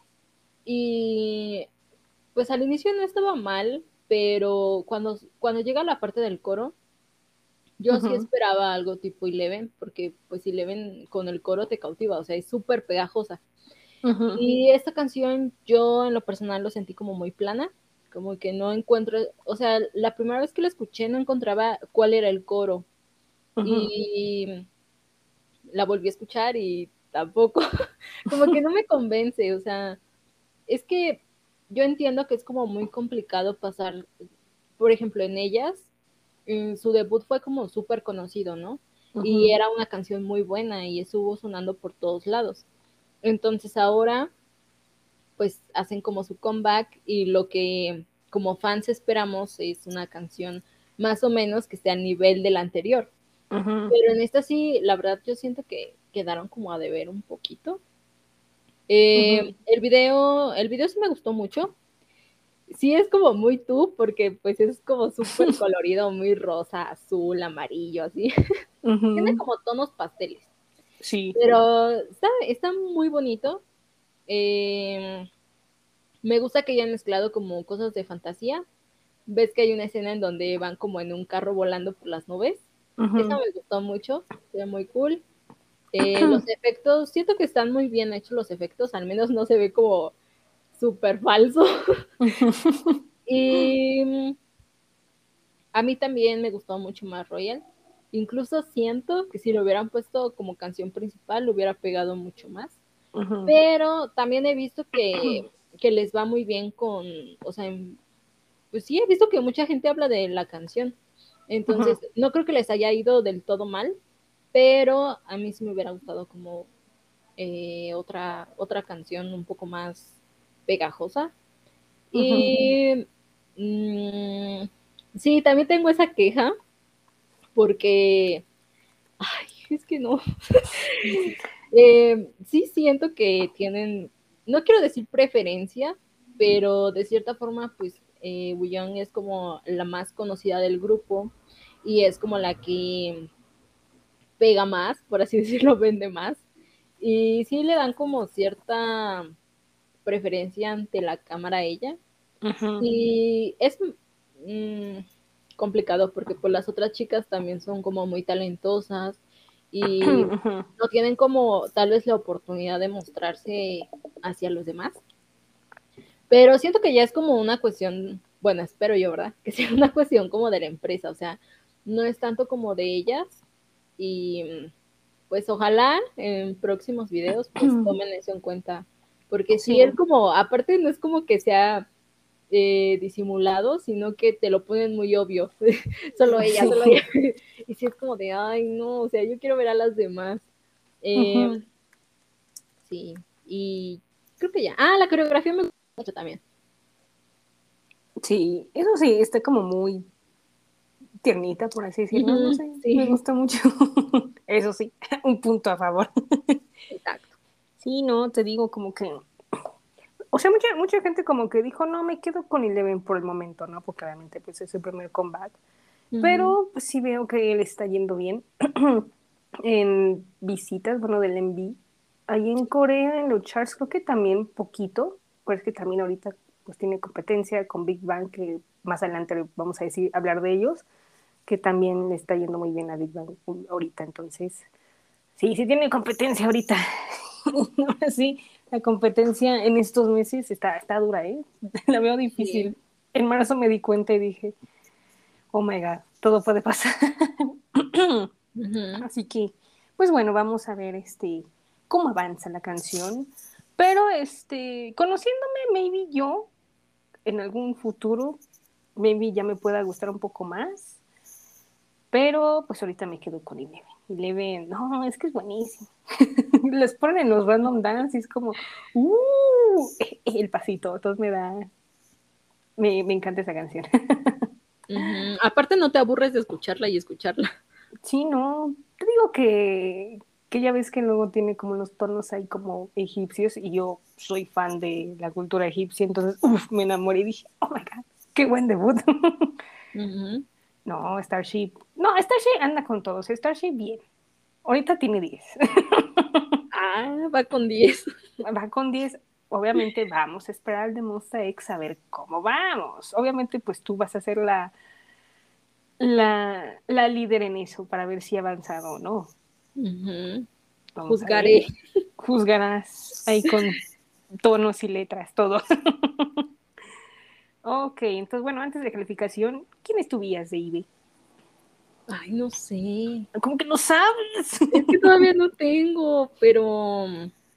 Speaker 2: y pues al inicio no estaba mal, pero cuando, cuando llega la parte del coro, yo sí
Speaker 1: Ujú,
Speaker 2: esperaba algo tipo Eleven, porque pues Eleven con el coro te cautiva, o sea, es súper pegajosa.
Speaker 1: ujú,
Speaker 2: Y esta canción yo en lo personal lo sentí como muy plana, como que no encuentro, o sea, la primera vez que la escuché no encontraba cuál era el coro
Speaker 1: ujú,
Speaker 2: y la volví a escuchar y tampoco, como que no me convence, o sea, es que yo entiendo que es como muy complicado pasar, por ejemplo, en ellas, en su debut fue como súper conocido, ¿no? Y
Speaker 1: ujú,
Speaker 2: era una canción muy buena y estuvo sonando por todos lados. Entonces ahora pues hacen como su comeback y lo que como fans esperamos es una canción más o menos que esté a nivel del anterior.
Speaker 1: ujú,
Speaker 2: Pero en esta sí, la verdad yo siento que quedaron como a deber un poquito. Eh,
Speaker 1: ujú.
Speaker 2: el video, el video sí me gustó mucho. Sí es como muy tú, porque pues es como súper colorido, muy rosa, azul, amarillo, así. Tiene
Speaker 1: Ujú,
Speaker 2: como tonos pasteles.
Speaker 1: sí.
Speaker 2: Pero está, está muy bonito. Eh, Me gusta que hayan mezclado como cosas de fantasía. Ves que hay una escena en donde van como en un carro volando por las nubes. Esa
Speaker 1: Ujú.
Speaker 2: me gustó mucho, se ve muy cool. Eh, los efectos, siento que están muy bien hechos los efectos, al menos no se ve como súper falso. Y mm, a mí también me gustó mucho más Royal. Incluso siento que si lo hubieran puesto como canción principal, lo hubiera pegado mucho más.
Speaker 1: Ujú,
Speaker 2: Pero también he visto que, que les va muy bien con, o sea, en pues sí, he visto que mucha gente habla de la canción.
Speaker 1: ujú,
Speaker 2: Entonces, no creo que les haya ido del todo mal, pero a mí sí me hubiera gustado como eh, otra, otra canción un poco más pegajosa.
Speaker 1: ujú.
Speaker 2: Y mmm, sí, también tengo esa queja porque, ay, es que no. Eh, sí siento que tienen, no quiero decir preferencia, pero de cierta forma, pues eh, Wooyoung es como la más conocida del grupo y es como la que pega más, por así decirlo, vende más. Y sí le dan como cierta preferencia ante la cámara a ella.
Speaker 1: Ujú.
Speaker 2: Y es, mmm, complicado porque pues las otras chicas también son como muy talentosas y no tienen como tal vez la oportunidad de mostrarse hacia los demás. Pero siento que ya es como una cuestión, bueno, espero yo, ¿verdad? Que sea una cuestión como de la empresa, o sea, no es tanto como de ellas y pues ojalá en próximos videos pues tomen eso en cuenta, porque si
Speaker 1: Sí.
Speaker 2: es como, aparte no es como que sea eh, disimulado, sino que te lo ponen muy obvio, solo ella,
Speaker 1: Sí.
Speaker 2: solo ella, y si es como de, ay no, o sea, yo quiero ver a las demás. Eh,
Speaker 1: Ujú.
Speaker 2: sí, y creo que ya, ah, la coreografía me gusta mucho también.
Speaker 1: Sí, eso sí, está como muy tiernita, por así decirlo, no
Speaker 2: Ujú,
Speaker 1: sé, me
Speaker 2: sí,
Speaker 1: gusta mucho. Eso sí, un punto a favor.
Speaker 2: exacto.
Speaker 1: Sí, no, te digo como que, o sea, mucha, mucha gente como que dijo, no, me quedo con Eleven por el momento, ¿no? Porque obviamente pues es su primer comeback.
Speaker 2: Ujú,
Speaker 1: Pero pues, sí veo que él está yendo bien en visitas, bueno, del M V. Ahí en Corea, en los charts, creo que también poquito, pues que también ahorita pues tiene competencia con Big Bang, que más adelante vamos a decir, hablar de ellos, que también le está yendo muy bien a Big Bang ahorita, entonces, sí, sí tiene competencia ahorita. Sí, la competencia en estos meses está, está dura, ¿eh? La veo
Speaker 2: sí.
Speaker 1: difícil. En marzo me di cuenta y dije, oh my God, todo puede pasar.
Speaker 2: Ujú.
Speaker 1: Así que, pues bueno, vamos a ver este cómo avanza la canción. Pero este, conociéndome, maybe yo en algún futuro, maybe ya me pueda gustar un poco más. Pero pues ahorita me quedo con Eleven. Eleven, no, es que es buenísimo. Les ponen en los random dance y es como, uh, el pasito. Entonces me da, me, me encanta esa canción.
Speaker 2: Ujú. Aparte no te aburres de escucharla y escucharla.
Speaker 1: Sí, no, te digo que, que ya ves que luego tiene como los tonos ahí como egipcios y yo soy fan de la cultura egipcia, entonces uf, me enamoré y dije, oh my God, qué buen debut.
Speaker 2: Ujú.
Speaker 1: No, Starship, no, Starship anda con todos, Starship bien, ahorita tiene diez.
Speaker 2: Ah, va con diez.
Speaker 1: Va con diez, obviamente vamos a esperar al de Monsta X a ver cómo vamos. Obviamente pues tú vas a ser la, la, la líder en eso para ver si ha avanzado o no.
Speaker 2: Ujú.
Speaker 1: Vamos a ver.
Speaker 2: Juzgaré.
Speaker 1: Juzgarás ahí con tonos y letras, todo. Ok, entonces, bueno, antes de calificación, ¿quién es tu vías de I B?
Speaker 2: Ay, no sé.
Speaker 1: ¿Cómo que no sabes?
Speaker 2: Es que todavía no tengo, pero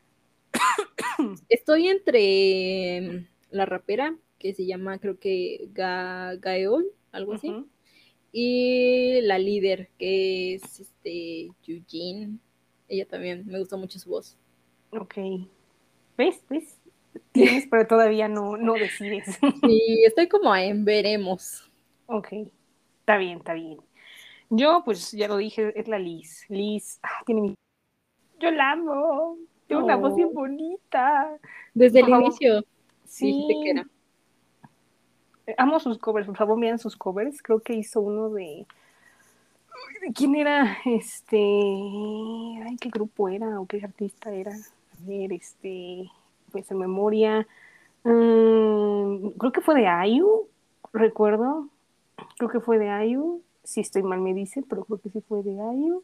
Speaker 2: estoy entre la rapera, que se llama creo que Ga Gaeol, algo así,
Speaker 1: Uh-huh.
Speaker 2: y la líder, que es este Eugene. Ella también, me gusta mucho su voz.
Speaker 1: Ok. ¿Ves? ¿Ves? Tienes, pero todavía no, no decides.
Speaker 2: Sí, estoy como en veremos.
Speaker 1: Ok. Está bien, está bien. Yo, pues ya lo dije, es la Liz. Liz, ah, tiene mi... Yo la amo. Tiene una voz bien
Speaker 2: Oh,
Speaker 1: bonita.
Speaker 2: desde el
Speaker 1: Por favor,
Speaker 2: inicio dijiste que
Speaker 1: sí.
Speaker 2: era.
Speaker 1: Amo sus covers, por favor, vean sus covers. Creo que hizo uno de ¿quién era? Este. Ay, ¿qué grupo era? ¿O qué artista era? A ver, este. Pues en memoria. Um, creo que fue de Ayu, recuerdo. Creo que fue de Ayu. Si estoy mal me dice, pero creo que sí fue de Ayu.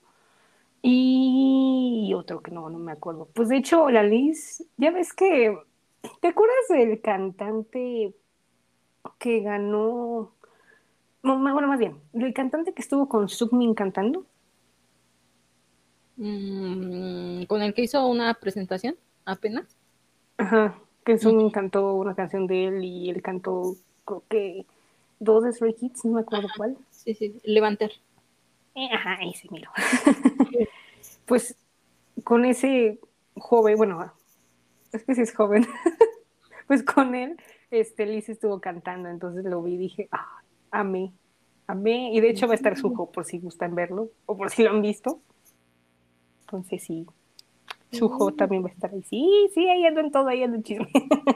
Speaker 1: Y otro que no, no me acuerdo. Pues de hecho, la Liz, ya ves que. ¿Te acuerdas del cantante que ganó? No, bueno, más bien, del cantante que estuvo con Sukmin cantando.
Speaker 2: Mm, con el que hizo una presentación apenas.
Speaker 1: Ajá, que Sung
Speaker 2: Ujú.
Speaker 1: cantó una canción de él y él cantó, creo que dos de Stray Kids, no me acuerdo cuál.
Speaker 2: Sí, sí, levantar.
Speaker 1: Eh, ajá, ese miro. Pues con ese joven, bueno, es que sí es joven, pues con él, este, Liz estuvo cantando, entonces lo vi y dije, ah, amé, amé, y de hecho va a estar Suho por si gustan verlo, o por si lo han visto, entonces sí, Suho también va a estar ahí, sí, sí, ahí ando en todo, ahí ando en chisme.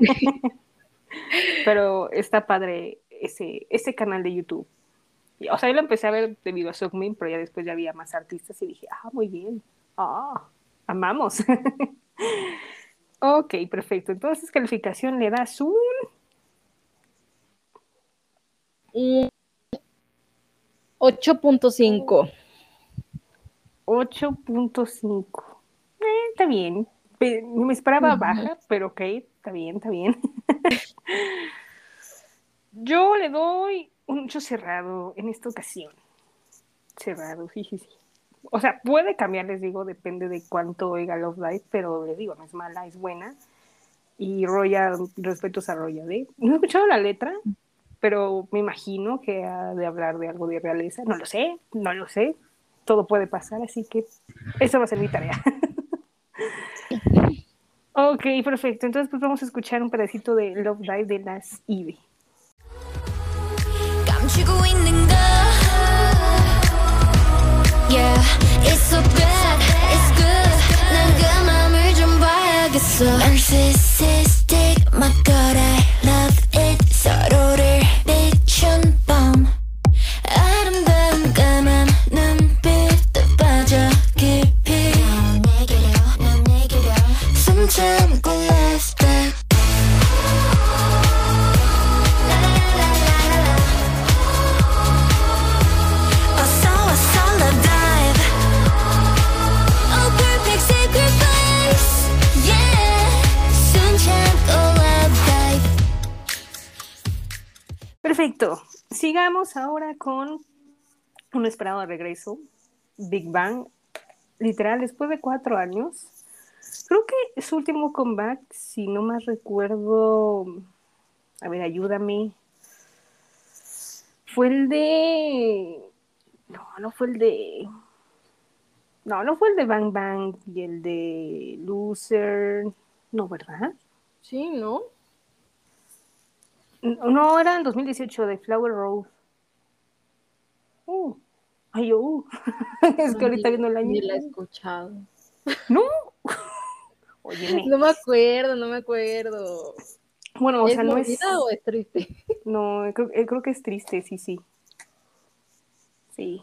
Speaker 1: Pero está padre ese, ese canal de YouTube. O sea, yo lo empecé a ver debido a Sugmin, pero ya después ya había más artistas y dije, ah, muy bien. Ah, amamos. Ok, perfecto. Entonces, calificación le das un...
Speaker 2: Un ocho punto cinco.
Speaker 1: ocho punto cinco. Eh, está bien. Me esperaba
Speaker 2: Uh-huh.
Speaker 1: baja, pero ok, está bien, está bien. Yo le doy un ocho cerrado en esta ocasión. Cerrado, sí, sí, sí. O sea, puede cambiar, les digo, depende de cuánto oiga Love Live, pero les digo, no es mala, es buena. Y Roya, respetos a Roya, ¿eh? No he escuchado la letra, pero me imagino que ha de hablar de algo de realeza. No lo sé, no lo sé. Todo puede pasar, así que esa va a ser mi tarea. Ok, perfecto. Entonces, pues vamos a escuchar un pedacito de Love Dive de las Ivy. Yeah, it's so bad, it's good. 난 그 맘을 좀 봐야겠어. Narcissistic, my God, I love it. 서로를 비춘 밤. 아름다운 까만 눈빛도 빠져 깊이. 넌 내게로, 넌 내게로. 숨 참고 last step. Perfecto. Sigamos ahora con un esperado regreso, Big Bang, literal, después de cuatro años. Creo que su último comeback, si no más recuerdo, a ver, ayúdame, fue el de... No, no fue el de... No, no fue el de Bang Bang y el de Loser. No, ¿verdad?
Speaker 2: Sí, ¿no?
Speaker 1: No, era en dos mil dieciocho de Flower Road. Uh, ay, uh. Es que ahorita viendo el año.
Speaker 2: Ni la he escuchado.
Speaker 1: No. Óyeme.
Speaker 2: No me acuerdo, no me acuerdo.
Speaker 1: Bueno, o
Speaker 2: ¿Es
Speaker 1: sea, no
Speaker 2: movida
Speaker 1: es...
Speaker 2: o es triste?
Speaker 1: No, creo, creo que es triste, sí, sí. Sí.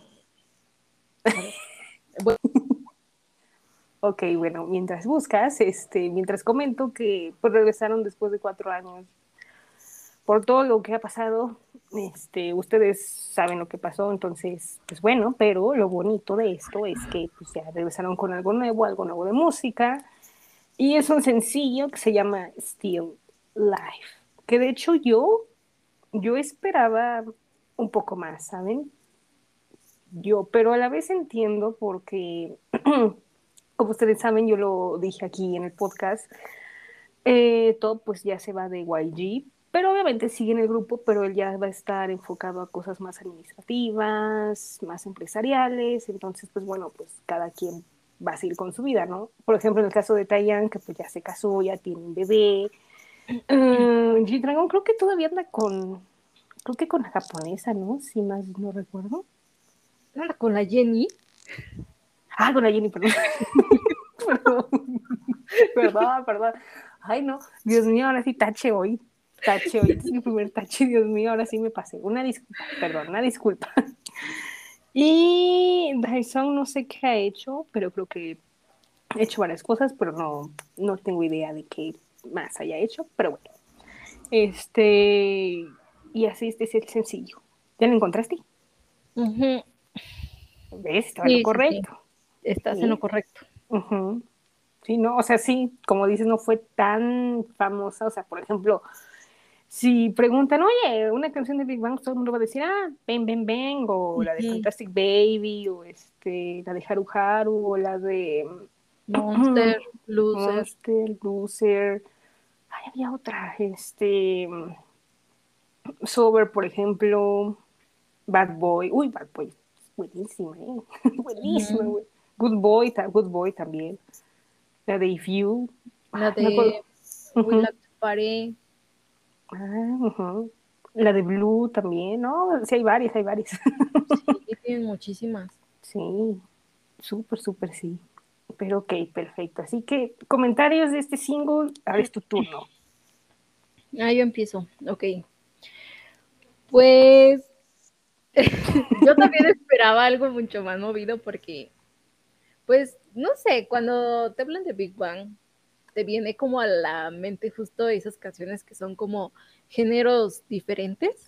Speaker 2: Bueno.
Speaker 1: Ok, bueno, mientras buscas, este, mientras comento que pues regresaron después de cuatro años por todo lo que ha pasado, este, ustedes saben lo que pasó, entonces, pues bueno, pero lo bonito de esto es que pues ya regresaron con algo nuevo, algo nuevo de música, y es un sencillo que se llama Still Life, que de hecho yo, yo esperaba un poco más, ¿saben? Yo, pero a la vez entiendo porque, como ustedes saben, yo lo dije aquí en el podcast, eh, Top pues ya se va de Y G, pero obviamente sigue en el grupo, pero él ya va a estar enfocado a cosas más administrativas, más empresariales, entonces pues bueno, pues cada quien va a seguir con su vida, ¿no? Por ejemplo, en el caso de Taeyang, que pues ya se casó, ya tiene un bebé, uh, G-Dragon creo que todavía anda con, creo que con la japonesa, ¿no? Si más no recuerdo.
Speaker 2: ¿Con la Jenny?
Speaker 1: Ah, con la Jenny, perdón. perdón. Perdón, perdón. Ay, no. Dios mío, ahora sí tache hoy. Tache hoy. Este es mi primer tache, Dios mío, ahora sí me pasé. Una disculpa, perdón, una disculpa. Y Daesung no sé qué ha hecho, pero creo que ha hecho varias cosas, pero no, no tengo idea de qué más haya hecho, pero bueno. Este, y así este es el sencillo. ¿Ya lo encontraste?
Speaker 2: Uh-huh.
Speaker 1: ¿Ves? Estaba
Speaker 2: Sí,
Speaker 1: lo
Speaker 2: sí,
Speaker 1: correcto.
Speaker 2: sí. Estás
Speaker 1: ¿Sí?
Speaker 2: en lo correcto.
Speaker 1: Uh-huh. Sí, no, o sea, sí, como dices, no fue tan famosa, o sea, por ejemplo, si preguntan, oye, una canción de Big Bang, todo el mundo va a decir, ah, Bang Bang Bang, o la de Fantastic Baby, o este, la de Haru Haru, o la de
Speaker 2: Monster, Loser.
Speaker 1: Monster, Loser. Ay, había otra, este, Sober, por ejemplo, Bad Boy. Uy, Bad Boy, buenísima, ¿eh? buenísima, güey. Uh-huh. Good Boy, Good Boy también. La de If You.
Speaker 2: La
Speaker 1: Ay, me
Speaker 2: de
Speaker 1: uh-huh.
Speaker 2: We Like to Party.
Speaker 1: Ah, uh-huh. La de Blue también, ¿no? Sí, hay varias, hay varias.
Speaker 2: Sí, tienen muchísimas.
Speaker 1: Sí, súper, súper sí. Pero ok, perfecto. Así que, comentarios de este single, ahora es tu turno.
Speaker 2: Ah, yo empiezo, ok. Pues, yo también esperaba algo mucho más movido porque, pues, no sé, cuando te hablan de Big Bang, te viene como a la mente justo esas canciones que son como géneros diferentes.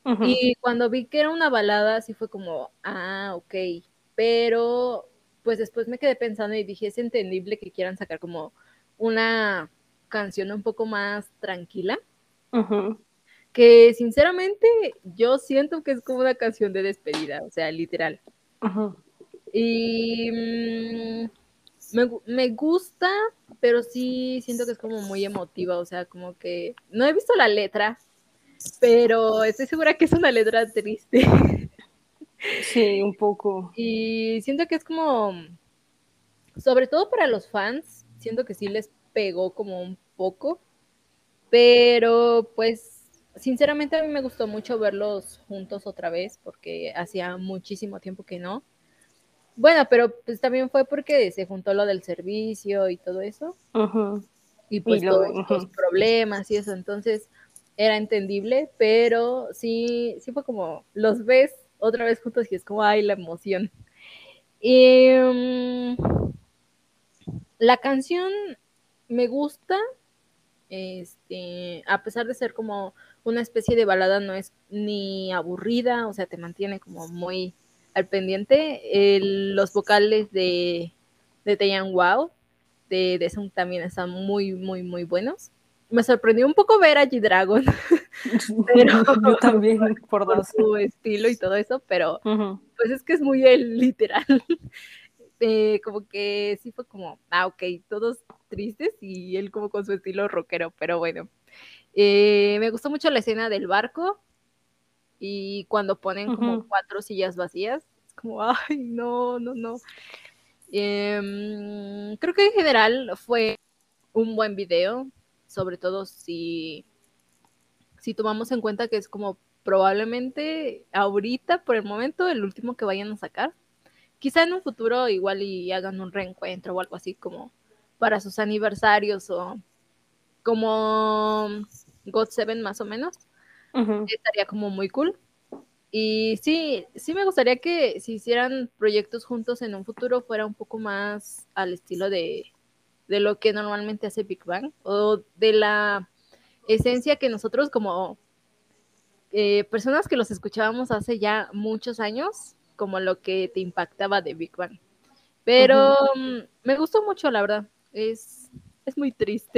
Speaker 1: Ujú,
Speaker 2: Y cuando vi que era una balada, sí fue como, ah, ok. Pero pues después me quedé pensando y dije, es entendible que quieran sacar como una canción un poco más tranquila,
Speaker 1: ujú,
Speaker 2: que sinceramente yo siento que es como una canción de despedida, o sea, literal.
Speaker 1: ujú,
Speaker 2: Y mmm, me, me gusta, pero sí siento que es como muy emotiva, o sea, como que no he visto la letra, pero estoy segura que es una letra triste.
Speaker 1: sí, un poco.
Speaker 2: Y siento que es como, sobre todo para los fans, siento que sí les pegó como un poco, pero pues sinceramente a mí me gustó mucho verlos juntos otra vez porque hacía muchísimo tiempo que no. Bueno, pero pues también fue porque se juntó lo del servicio y todo eso,
Speaker 1: Ujú,
Speaker 2: y
Speaker 1: y
Speaker 2: pues
Speaker 1: lo de,
Speaker 2: todos los
Speaker 1: ujú,
Speaker 2: problemas y eso, entonces era entendible, pero sí, sí fue como, los ves otra vez juntos y es como, ay, la emoción. Y um, la canción me gusta, este, a pesar de ser como una especie de balada, no es ni aburrida, o sea, te mantiene como muy al pendiente. El, los vocales de, de Taeyang Wow, de, de Song también están muy, muy, muy buenos. Me sorprendió un poco ver a G-Dragon, pero
Speaker 1: yo también, por
Speaker 2: por
Speaker 1: dos.
Speaker 2: su estilo y todo eso, pero
Speaker 1: Ujú,
Speaker 2: pues es que es muy el literal. Eh, como que sí fue como, ah, ok, todos tristes y él como con su estilo rockero, pero bueno. Eh, me gustó mucho la escena del barco y cuando ponen como
Speaker 1: ujú,
Speaker 2: cuatro sillas vacías, es como, ay, no, no, no. Eh, creo que en general fue un buen video, sobre todo si, si tomamos en cuenta que es como probablemente ahorita, por el momento, el último que vayan a sacar. Quizá en un futuro igual y hagan un reencuentro o algo así como para sus aniversarios o como God Seven más o menos.
Speaker 1: ujú.
Speaker 2: Estaría como muy cool. Y sí, sí me gustaría que si hicieran proyectos juntos en un futuro fuera un poco más al estilo de, de lo que normalmente hace Big Bang o de la esencia que nosotros como eh, personas que los escuchábamos hace ya muchos años, como lo que te impactaba de Big Bang. Pero
Speaker 1: Ujú.
Speaker 2: um, me gustó mucho, la verdad. Es, es muy triste.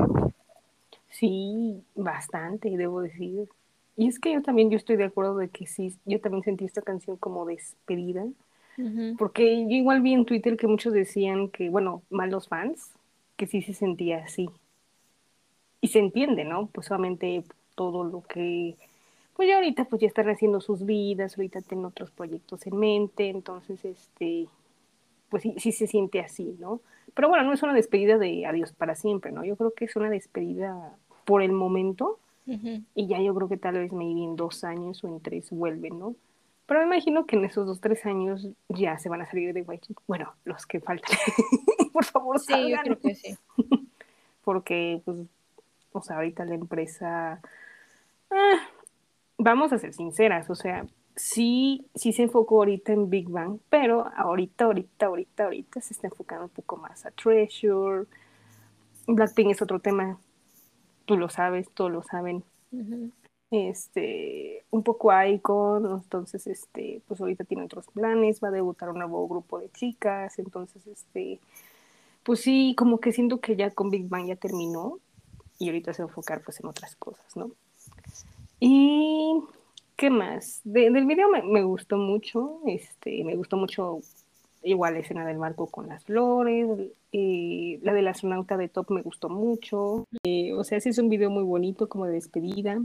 Speaker 1: Sí, bastante, debo decir. Y es que yo también, yo estoy de acuerdo de que sí, yo también sentí esta canción como despedida,
Speaker 2: Uh-huh.
Speaker 1: porque yo igual vi en Twitter que muchos decían que, bueno, malos fans, que sí se sentía así. Y se entiende, ¿no? Pues solamente todo lo que, pues ya ahorita pues ya están haciendo sus vidas, ahorita tienen otros proyectos en mente, entonces, este, pues sí, sí se siente así, ¿no? Pero bueno, no es una despedida de adiós para siempre, ¿no? Yo creo que es una despedida por el momento
Speaker 2: Uh-huh.
Speaker 1: y ya yo creo que tal vez maybe en dos años o en tres vuelven, ¿no? Pero me imagino que en esos dos, tres años ya se van a salir de Guaychi. Bueno, los que faltan. Por favor,
Speaker 2: Sí, yo
Speaker 1: salgan.
Speaker 2: creo que sí.
Speaker 1: Porque, pues, o sea, ahorita la empresa, ah, vamos a ser sinceras, o sea, sí, sí se enfocó ahorita en Big Bang, pero ahorita, ahorita, ahorita, ahorita se está enfocando un poco más a Treasure. Blackpink es otro tema, tú lo sabes, todos lo saben.
Speaker 2: Uh-huh.
Speaker 1: Este, un poco Icon, entonces, este, pues ahorita tiene otros planes, va a debutar un nuevo grupo de chicas, entonces, este, pues sí, como que siento que ya con Big Bang ya terminó y ahorita se va a enfocar pues en otras cosas, ¿no? Y ¿qué más? De, del video me, me, gustó mucho, este, me gustó mucho igual la escena del barco con las flores, eh, la del astronauta de Top me gustó mucho, eh, o sea, sí es un video muy bonito como de despedida,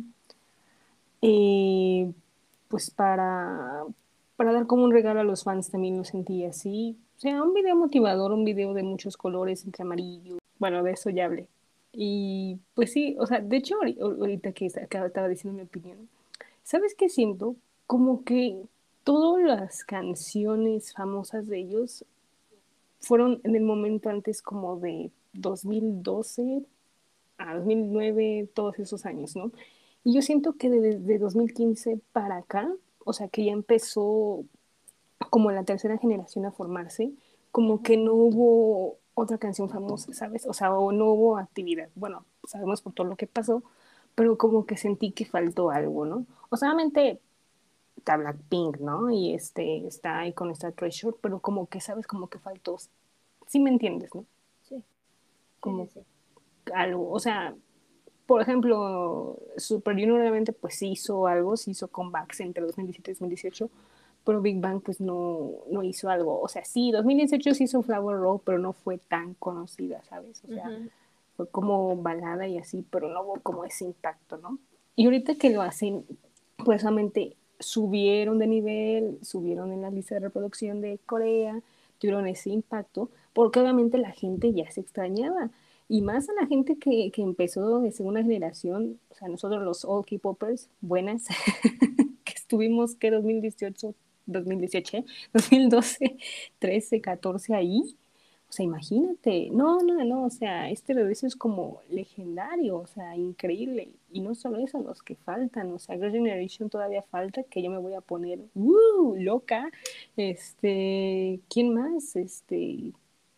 Speaker 1: eh, pues para, para dar como un regalo a los fans también lo sentí así, o sea, un video motivador, un video de muchos colores entre amarillo, bueno, de eso ya hablé. Y pues sí, o sea, de hecho ahorita que estaba diciendo mi opinión, ¿sabes qué siento? Como que todas las canciones famosas de ellos fueron en el momento antes como de dos mil doce a dos mil nueve, todos esos años, ¿no? Y yo siento que desde dos mil quince para acá, o sea, que ya empezó como la tercera generación a formarse, como que no hubo otra canción famosa, ¿sabes? O sea, o no hubo actividad. Bueno, sabemos por todo lo que pasó, pero como que sentí que faltó algo, ¿no? O sea, obviamente está Blackpink, ¿no? Y este, está ahí con esta Treasure, pero como que, ¿sabes? Como que faltó, sí me entiendes, ¿no?
Speaker 2: Sí, sí, sí,
Speaker 1: Como
Speaker 2: sí.
Speaker 1: algo, o sea, por ejemplo, Super Junior obviamente pues sí hizo algo, sí hizo comebacks entre dos mil diecisiete y dos mil dieciocho, pero Big Bang pues no, no hizo algo. O sea, sí, dos mil dieciocho sí hizo Flower Roll, pero no fue tan conocida, ¿sabes? O sea,
Speaker 2: Ujú.
Speaker 1: fue como balada y así, pero no hubo como ese impacto, ¿no? Y ahorita que lo hacen, pues solamente subieron de nivel, subieron en la lista de reproducción de Corea, tuvieron ese impacto, porque obviamente la gente ya se extrañaba. Y más a la gente que, que empezó de segunda generación, o sea, nosotros los old K-popers, buenas, que estuvimos, que dos mil dieciocho, dos mil dieciocho, dos mil doce, trece, catorce ahí, o sea, imagínate, no, no, no, o sea, este regreso es como legendario, o sea, increíble. Y no solo eso, los que faltan, o sea, Girl Generation todavía falta, que yo me voy a poner, ¡uh! Loca. Este, ¿quién más? Este,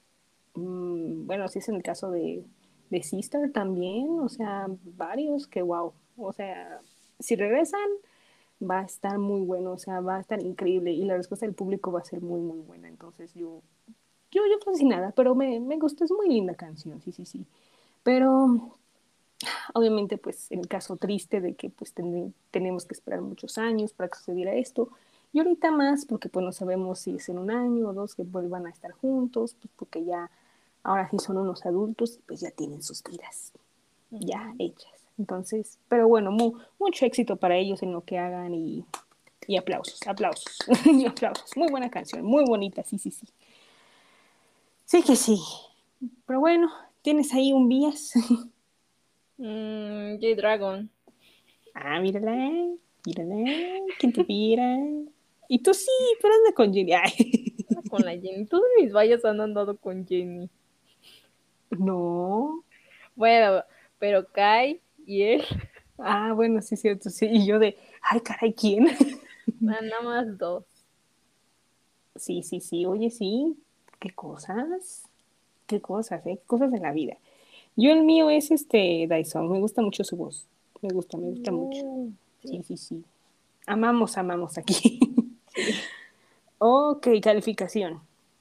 Speaker 1: mmm, bueno, si es en el caso de, de Sister también, o sea, varios que wow, o sea, si regresan, va a estar muy bueno, o sea, va a estar increíble y la respuesta del público va a ser muy, muy buena. Entonces yo yo, yo fascinada, pero me, me gustó, es muy linda canción, sí, sí, sí. Pero obviamente, pues, el caso triste de que pues ten, tenemos que esperar muchos años para que sucediera esto. Y ahorita más, porque pues no sabemos si es en un año o dos que vuelvan a estar juntos, pues porque ya, ahora sí son unos adultos y pues ya tienen sus vidas ya
Speaker 2: Ujú.
Speaker 1: hechas. Entonces, pero bueno, mu mucho éxito para ellos en lo que hagan y, y aplausos, aplausos, y aplausos. Muy buena canción, muy bonita, sí, sí, sí. Sí que sí. Pero bueno, tienes ahí un bias.
Speaker 2: Mm, J-Dragon.
Speaker 1: Ah, mírala, mírala, ¿quién te mira? Y tú sí, pero anda con Jenny. Ay.
Speaker 2: Anda con la Jenny. Todos mis vallas han andado con Jenny.
Speaker 1: No.
Speaker 2: Bueno, pero Kai y él,
Speaker 1: Ah, bueno, sí, cierto, sí. Y yo de, ay, caray, ¿quién?
Speaker 2: nada más dos.
Speaker 1: Sí, sí, sí, oye, sí. ¿Qué cosas? ¿Qué cosas, eh? ¿Qué cosas de la vida? Yo el mío es este Dyson, me gusta mucho su voz. Me gusta, me gusta mucho.
Speaker 2: No,
Speaker 1: Sí,
Speaker 2: sí,
Speaker 1: sí, sí. Amamos, amamos aquí.
Speaker 2: sí.
Speaker 1: Ok, calificación.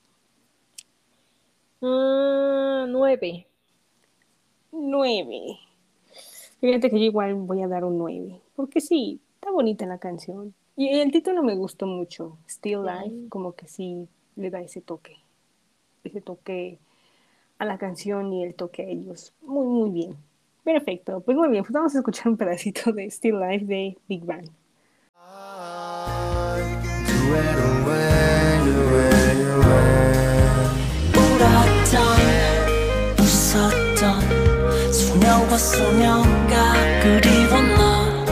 Speaker 2: Ah, nueve.
Speaker 1: Nueve. Fíjate que yo igual voy a dar un nueve, porque sí, está bonita la canción. Y el título me gustó mucho, Still Life,
Speaker 2: Sí.
Speaker 1: como que sí le da ese toque, ese toque a la canción y el toque a ellos. Muy, muy bien. Perfecto, pues muy bien, pues vamos a escuchar un pedacito de Still Life de Big Bang.
Speaker 3: 웃었던 소녀와 소녀가 그리워 너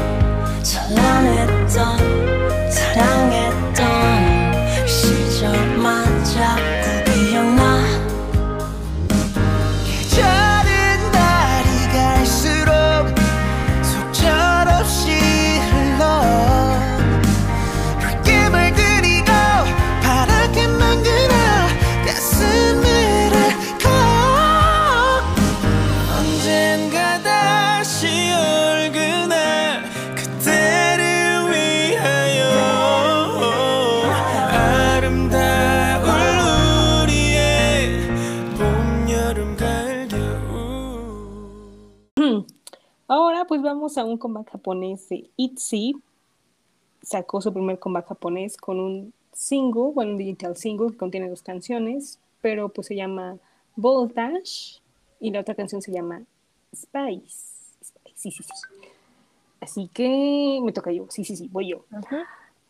Speaker 3: 찬란했던 사랑했던 시절마저 기억나 계절은 날이 갈수록 속절없이 흘러 붉게 물들이고 파랗게 만들어 가슴을 언젠가 다시 올 그날 그때를 위하여 아름다운 우리의 봄, 여름, 가을, 겨울.
Speaker 1: Ahora pues vamos a un comeback japonés de ITZY. Sacó su primer comeback japonés con un single, bueno, un digital single que contiene dos canciones, pero pues se llama Voltage y la otra canción se llama Spice. Spice, sí, sí, sí. Así que me toca yo, sí, sí, sí, voy yo.
Speaker 2: Ujú.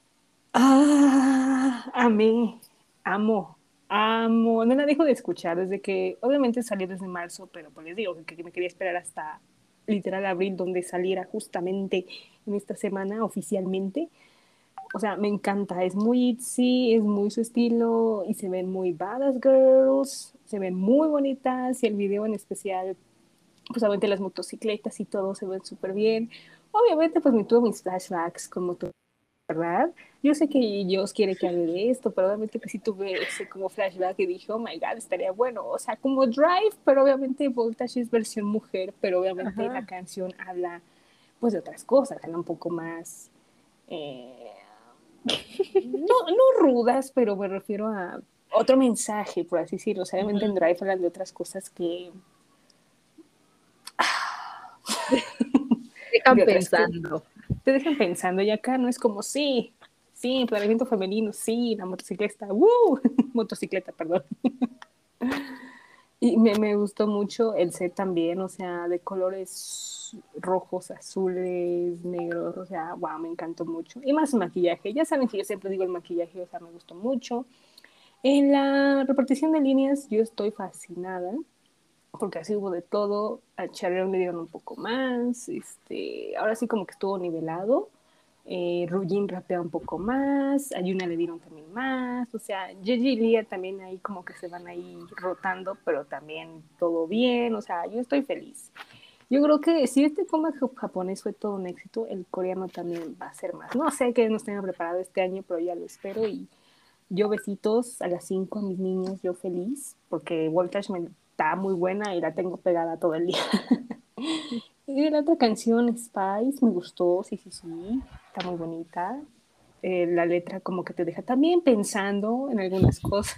Speaker 1: Ah, amé, amo, amo. No la dejo de escuchar desde que, obviamente salió desde marzo, pero pues les digo que, que me quería esperar hasta literal abril, donde saliera justamente en esta semana oficialmente. O sea, me encanta, es muy itzy, es muy su estilo y se ven muy badass girls, se ven muy bonitas y el video en especial, pues obviamente las motocicletas y todo se ven súper bien. Obviamente pues me tuvo mis flashbacks como tú, ¿verdad? Yo sé que Dios quiere que hable de esto, pero obviamente pues sí tuve ese como flashback y dije, oh my god, estaría bueno. O sea, como Drive, pero obviamente Voltage es versión mujer, pero obviamente la
Speaker 2: Ajá.
Speaker 1: canción habla pues de otras cosas, eran un poco más, eh, no, no rudas, pero me refiero a otro mensaje, por así decirlo. O sea, obviamente en Drive hablan de otras cosas que...
Speaker 2: Dejan
Speaker 1: de otras cosas.
Speaker 2: pensando.
Speaker 1: Te dejan pensando, y acá no es como, sí, sí, empoderamiento femenino, sí, la motocicleta, ¡uh! Motocicleta, perdón. Y me, me gustó mucho el set también, o sea, de colores rojos, azules, negros, o sea, wow, me encantó mucho. Y más maquillaje, ya saben que yo siempre digo el maquillaje, o sea, me gustó mucho. En la repartición de líneas yo estoy fascinada, porque así hubo de todo. A Charlion le dieron un poco más, este, ahora sí como que estuvo nivelado. Eh, Rujin rapea un poco más, a Yuna le dieron también más, o sea, Gigi y Lia también ahí como que se van ahí rotando, pero también todo bien, o sea, yo estoy feliz. Yo creo que si este comeback japonés fue todo un éxito, el coreano también va a ser más. No sé qué nos tenga preparado este año, pero ya lo espero. Y yo besitos a las cinco a mis niños, yo feliz, porque Voltage me está muy buena y la tengo pegada todo el día. Y la otra canción, Spice, me gustó, sí, sí, sí, está muy bonita. Eh, la letra como que te deja también pensando en algunas cosas,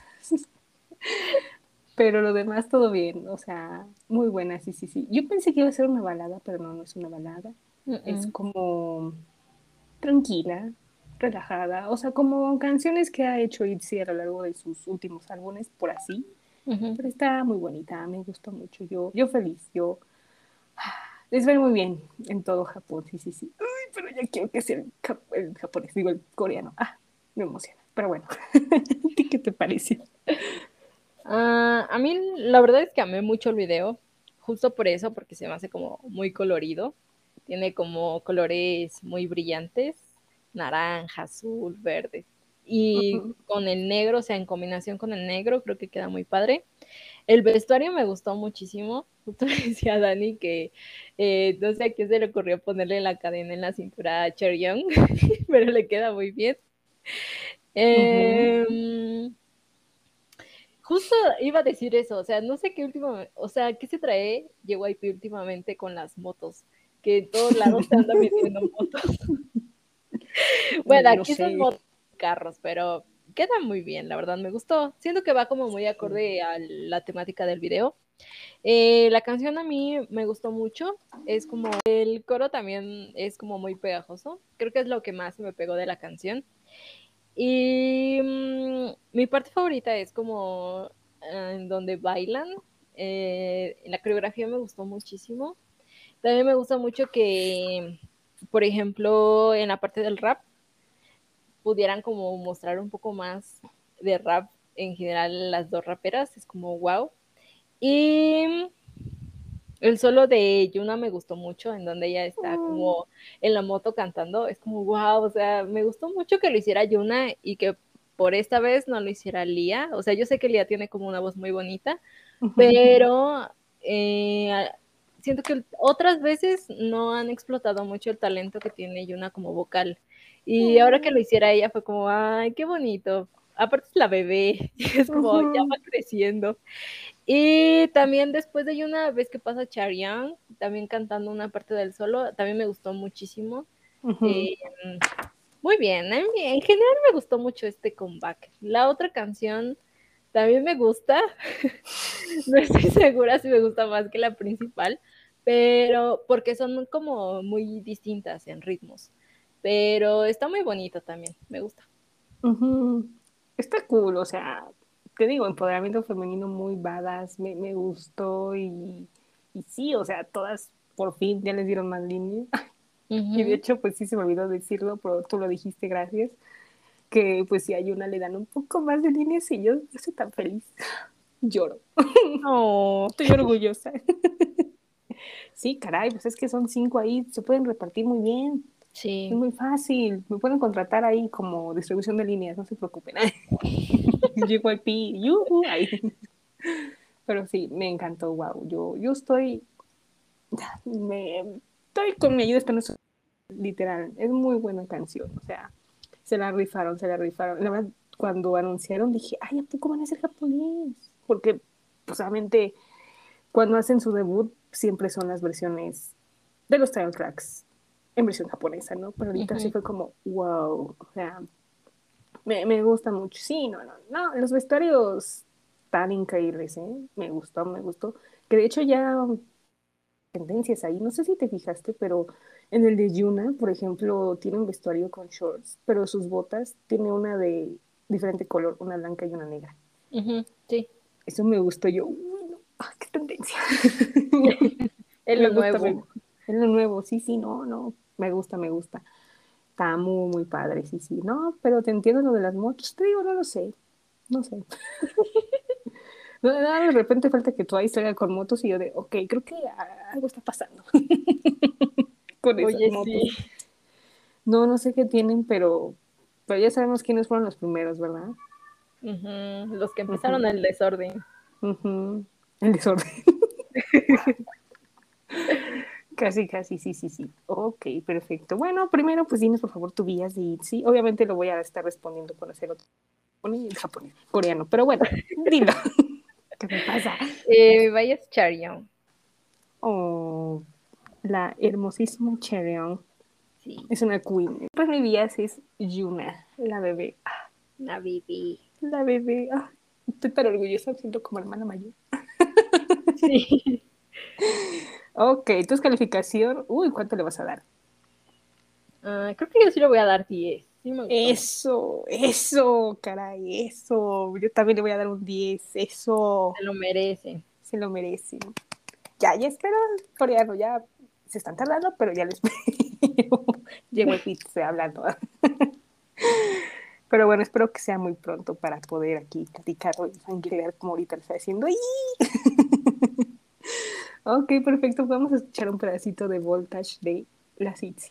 Speaker 1: pero lo demás todo bien, o sea, muy buena, sí, sí, sí. Yo pensé que iba a ser una balada, pero no, no es una balada. Es
Speaker 2: Mm-mm.
Speaker 1: como tranquila, relajada, o sea, como canciones que ha hecho ITZY a lo largo de sus últimos álbumes, por así,
Speaker 2: Ujú.
Speaker 1: pero está muy bonita, me gustó mucho, yo, yo feliz, yo les va muy bien en todo Japón, sí, sí, sí. Uy, pero ya quiero que sea el, cap el japonés, digo el coreano, ah, me emociona, pero bueno, ¿a ti qué te parece?
Speaker 2: Ah, a mí la verdad es que amé mucho el video, justo por eso, porque se me hace como muy colorido. Tiene como colores muy brillantes, naranja, azul, verde. Y
Speaker 1: Uh-huh.
Speaker 2: con el negro, o sea, en combinación con el negro, creo que queda muy padre. El vestuario me gustó muchísimo. Justo le decía a Dani que eh, no sé a quién se le ocurrió ponerle la cadena en la cintura a Cher Young, pero le queda muy bien.
Speaker 1: Uh-huh.
Speaker 2: Eh, Justo iba a decir eso, o sea, no sé qué último, o sea, ¿qué se trae J Y P últimamente con las motos? Que en todos lados se anda metiendo motos. Bueno,
Speaker 1: No
Speaker 2: aquí son
Speaker 1: sé.
Speaker 2: motos y carros, pero queda muy bien, la verdad, me gustó. Siento que va como muy acorde a la temática del video. Eh, la canción a mí me gustó mucho, es como, el coro también es como muy pegajoso, creo que es lo que más me pegó de la canción. Y mmm, mi parte favorita es como eh, en donde bailan. Eh, la coreografía me gustó muchísimo. También me gusta mucho que, por ejemplo, en la parte del rap pudieran como mostrar un poco más de rap en general las dos raperas. Es como wow. Y el solo de Yuna me gustó mucho, en donde ella está
Speaker 1: Mm.
Speaker 2: como en la moto cantando. Es como, wow, o sea, me gustó mucho que lo hiciera Yuna y que por esta vez no lo hiciera Lía. O sea, yo sé que Lía tiene como una voz muy bonita,
Speaker 1: Uh-huh.
Speaker 2: pero eh, siento que otras veces no han explotado mucho el talento que tiene Yuna como vocal. Y ahora que lo hiciera ella fue como, ay, qué bonito. Aparte es la bebé, es como, ya
Speaker 1: Uh-huh.
Speaker 2: va creciendo. Y también después de una vez que pasa Charyang, también cantando una parte del solo, también me gustó muchísimo.
Speaker 1: Uh-huh.
Speaker 2: Eh, muy bien, en, en general me gustó mucho este comeback. La otra canción también me gusta, no estoy segura si me gusta más que la principal, pero porque son como muy distintas en ritmos. Pero está muy bonita también, me gusta.
Speaker 1: Uh-huh. Está cool, o sea, te digo, empoderamiento femenino muy badass, me, me gustó y, y sí, o sea, todas por fin ya les dieron más líneas. Y de
Speaker 2: Ujú.
Speaker 1: hecho, pues sí se me olvidó decirlo, pero tú lo dijiste, gracias, que pues si hay una le dan un poco más de líneas y yo, yo estoy tan feliz. Lloro.
Speaker 2: Oh,
Speaker 1: Estoy orgullosa. Sí, caray, pues es que son cinco ahí, se pueden repartir muy bien. Es
Speaker 2: sí.
Speaker 1: muy fácil. Me pueden contratar ahí como distribución de líneas, no se preocupen. J Y P, yuhu, ahí. Pero sí, me encantó, wow. Yo, yo estoy, me, estoy con mi ayuda, esto no es literal, es muy buena canción, o sea, se la rifaron, se la rifaron. La verdad, cuando anunciaron dije, ay, ¿a poco van a ser japonés? Porque, pues, obviamente, cuando hacen su debut, siempre son las versiones de los title tracks. en versión japonesa, ¿no? Pero ahorita sí
Speaker 2: Ujú.
Speaker 1: fue como, wow, o sea, me, me gusta mucho. Sí, no, no, no, los vestuarios tan increíbles, ¿eh? Me gustó, me gustó. Que de hecho ya tendencias ahí, no sé si te fijaste, pero en el de Yuna, por ejemplo, tiene un vestuario con shorts, pero sus botas tiene una de diferente color, una blanca y una negra.
Speaker 2: Ujú, sí,
Speaker 1: Eso me gustó yo, uy, no, ah, qué tendencia.
Speaker 2: es
Speaker 1: Me
Speaker 2: lo
Speaker 1: gusta, me
Speaker 2: nuevo.
Speaker 1: gusta. Es lo nuevo, sí, sí, no, no, me gusta, me gusta. Está muy, muy padre, sí, sí. No, pero te entiendo lo de las motos, te digo, no lo sé, no sé. No, no, de repente falta que Twice salga con motos y yo de, ok, creo que algo está pasando con esas
Speaker 2: Oye,
Speaker 1: motos.
Speaker 2: sí.
Speaker 1: No, no sé qué tienen, pero, pero ya sabemos quiénes fueron los primeros, ¿verdad?
Speaker 2: Ujú, los que empezaron
Speaker 1: Ujú,
Speaker 2: el desorden.
Speaker 1: ujú. El desorden. Casi, casi, sí, sí, sí. Ok, perfecto. Bueno, primero, pues dinos por favor tu vías de ITZY. Obviamente lo voy a estar respondiendo con hacer otro japonés, japonés, coreano, pero bueno, dilo. ¿Qué me pasa?
Speaker 2: Eh, vaya Charion.
Speaker 1: Oh, la hermosísima Chereon
Speaker 2: Sí,
Speaker 1: es una queen. Pues mi vías es Yuna, la bebé. Ah,
Speaker 2: la baby.
Speaker 1: la bebé. Ah, estoy tan orgullosa, me siento como hermana mayor.
Speaker 2: Sí.
Speaker 1: Ok, tu calificación. Uy, ¿cuánto le vas a dar?
Speaker 2: Ah, creo que yo sí le voy a dar diez. Sí me gustó mucho.
Speaker 1: Eso, eso, caray, eso. Yo también le voy a dar un diez. Eso
Speaker 2: Se lo merece.
Speaker 1: se lo merece. Ya, ya espero el coreano, ya se están tardando, pero ya les llego el pit hablando. Pero bueno, espero que sea muy pronto para poder aquí platicar y fangirlear como ahorita lo está haciendo. Ok, perfecto. Vamos a escuchar un pedacito de Voltage de la ITZY.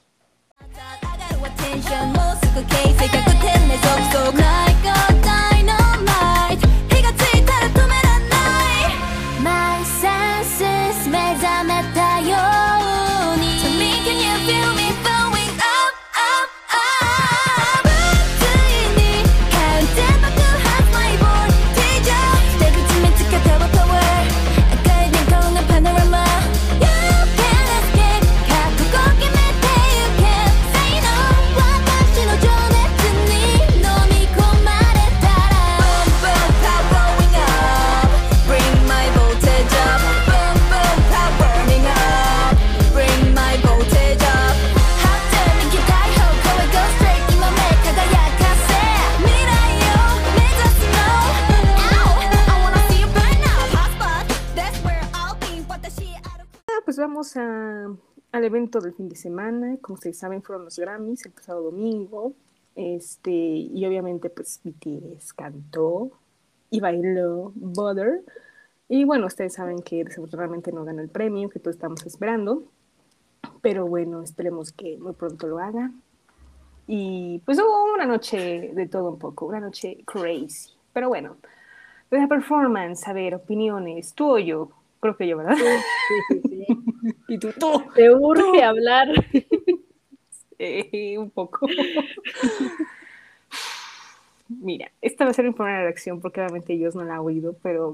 Speaker 3: My senses 目覚めたように Tell me can you feel me going up up up ついにカウント爆発 My voltage up 出口見つけたわ power 赤い電光のパノラマ You can escape 覚悟決めて You can say no 私の情熱に飲み込まれたら Boom boom power going up Bring my voltage up Boom boom power burning up Bring my voltage up 果てに期待方向へ Go straight 今目輝かせ未来を目指すの Ow I wanna see you burn up Hot spot That's where I'll be 私ある
Speaker 1: Ah, pues vamos a, al evento del fin de semana. Como ustedes saben, fueron los Grammys el pasado domingo. Este, y obviamente, pues B T S cantó y bailó Butter. Y bueno, ustedes saben que desafortunadamente no ganó el premio que todos estamos esperando. Pero bueno, esperemos que muy pronto lo haga. Y pues hubo una noche de todo un poco, una noche crazy. Pero bueno, de la performance, a ver, opiniones, tú o yo, creo que yo, ¿verdad?
Speaker 2: Tú, sí, sí, sí.
Speaker 1: Y tú, tú,
Speaker 2: Te urge
Speaker 1: tú,
Speaker 2: hablar.
Speaker 1: eh, un poco. Mira, esta va a ser mi primera reacción porque obviamente ellos no la ha oído, pero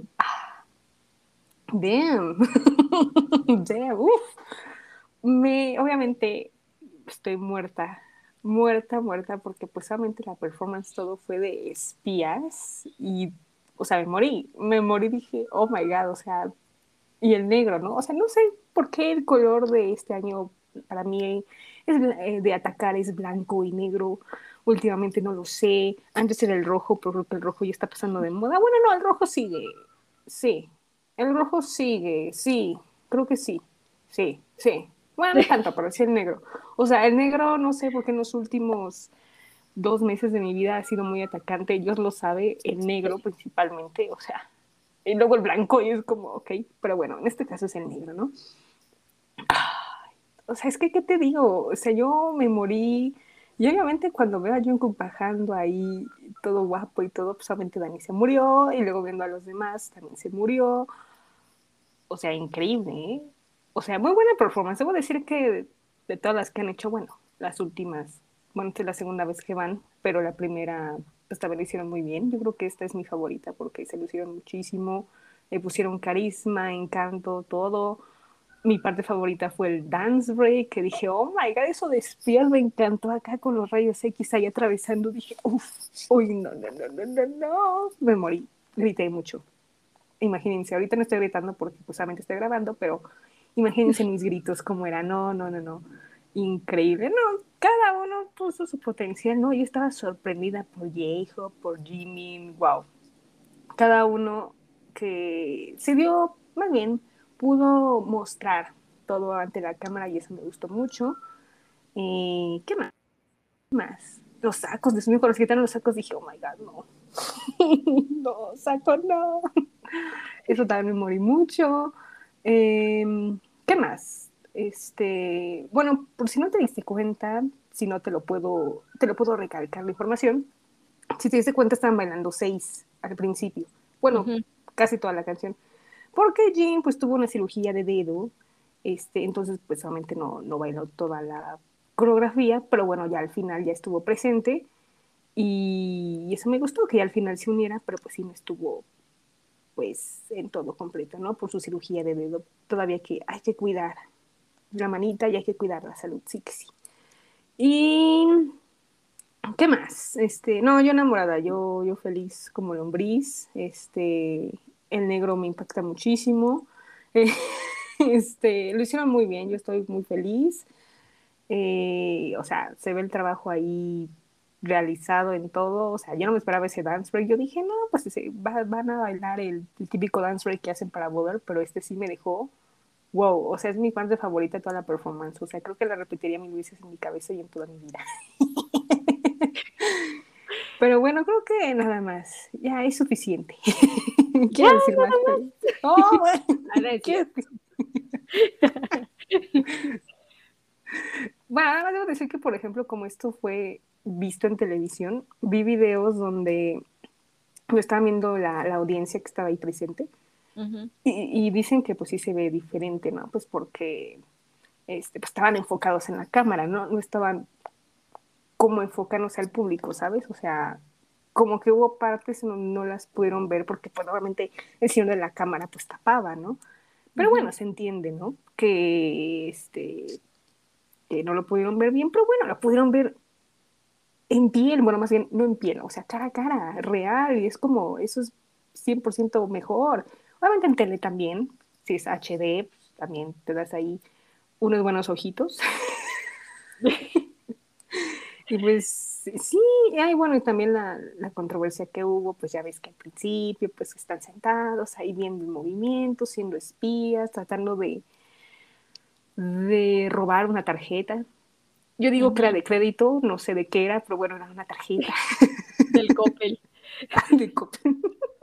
Speaker 1: damn, damn, uff. Me, obviamente estoy muerta, muerta, muerta, porque pues obviamente la performance todo fue de espías y, o sea, me morí, me morí, dije, oh my god, o sea, y el negro, ¿no? O sea, no sé por qué el color de este año para mí es eh, de atacar es blanco y negro. Últimamente no lo sé. Antes era el rojo, pero creo que el rojo ya está pasando de moda. Bueno, no, el rojo sigue. Sí. El rojo sigue. Sí. Creo que sí. Sí, sí. Bueno, no tanto, pero sí el negro. O sea, el negro, no sé por qué en los últimos dos meses de mi vida ha sido muy atacante. Dios lo sabe, el negro principalmente. O sea, y luego el blanco y es como, ok, pero bueno, en este caso es el negro, ¿no? O sea, es que, ¿qué te digo? O sea, yo me morí y obviamente cuando veo a Jungkook bajando ahí todo guapo y todo, pues obviamente Dani se murió y luego viendo a los demás también se murió. O sea, increíble, ¿eh? O sea, muy buena performance. Debo decir que de, de todas las que han hecho, bueno, las últimas, bueno, esta es la segunda vez que van, pero la primera, pues también lo hicieron muy bien. Yo creo que esta es mi favorita porque se lucieron muchísimo, le pusieron carisma, encanto, todo. mi parte favorita fue el dance break, que dije, oh my god, eso de espías me encantó acá con los rayos X ahí atravesando. Dije, uff, uy, no, no, no, no, no, no. Me morí, grité mucho. Imagínense, ahorita no estoy gritando porque pues solamente estoy grabando, pero imagínense mis gritos como era, no, no, no, no. Increíble, no, cada uno puso su potencial, ¿no? Yo estaba sorprendida por J-Hope, por Jimin, wow. Cada uno que se dio, más bien, pudo mostrar todo ante la cámara y eso me gustó mucho. Eh, ¿Qué más? ¿Qué más? Los sacos, Dios mío, cuando se quitaron los sacos dije, oh my god, no. No, saco, no. Eso también me morí mucho. Eh, ¿Qué más? Este, bueno, por si no te diste cuenta, si no te lo puedo, te lo puedo recalcar la información. Si te diste cuenta, estaban bailando seis al principio. Bueno, uh-huh. Casi toda la canción. Porque Jin, pues, tuvo una cirugía de dedo. Este, entonces, pues, obviamente no, no bailó toda la coreografía, pero bueno, ya al final ya estuvo presente. Y eso me gustó, que ya al final se uniera, pero pues sí no estuvo, pues, en todo completo, ¿no? Por su cirugía de dedo. Todavía que hay que cuidar la manita y hay que cuidar la salud, sí que sí. Y... ¿qué más? Este, no, yo enamorada, yo, yo feliz como lombriz. Este, el negro me impacta muchísimo. Eh, este, lo hicieron muy bien, yo estoy muy feliz. Eh, o sea, se ve el trabajo ahí realizado en todo. O sea, yo no me esperaba ese dance break. Yo dije, no, pues ese, va, van a bailar el, el típico dance break que hacen para Boulder, pero este sí me dejó. Wow, o sea, es mi parte favorita de toda la performance. O sea, creo que la repetiría mil veces en mi cabeza y en toda mi vida. Pero bueno, creo que nada más. Ya es suficiente. Quiero decir más. Pero... oh, bueno. ¿Qué? Bueno, además debo decir que, por ejemplo, como esto fue visto en televisión, vi videos donde lo estaban viendo la, la audiencia que estaba ahí presente. Uh-huh. y, y dicen que pues sí se ve diferente, ¿no? Pues porque este, pues, estaban enfocados en la cámara, ¿no? No estaban como enfocándose al público, ¿sabes? O sea, como que hubo partes no, no las pudieron ver porque pues obviamente el señor de la cámara pues tapaba, ¿no? Pero uh-huh. Bueno, se entiende, ¿no? Que este que no lo pudieron ver bien, pero bueno, lo pudieron ver en piel, bueno, más bien no en piel, o sea, cara a cara, real, y es como, eso es cien por ciento mejor. Obviamente en tele también, si es H D, pues, también te das ahí unos buenos ojitos. Y pues sí, ay, bueno, y también la, la controversia que hubo, pues ya ves que al principio pues están sentados ahí viendo el movimiento, siendo espías, tratando de, de robar una tarjeta. Yo digo uh-huh. que era de crédito, no sé de qué era, pero bueno, era una tarjeta.
Speaker 2: Del Coppel.
Speaker 1: Del Coppel.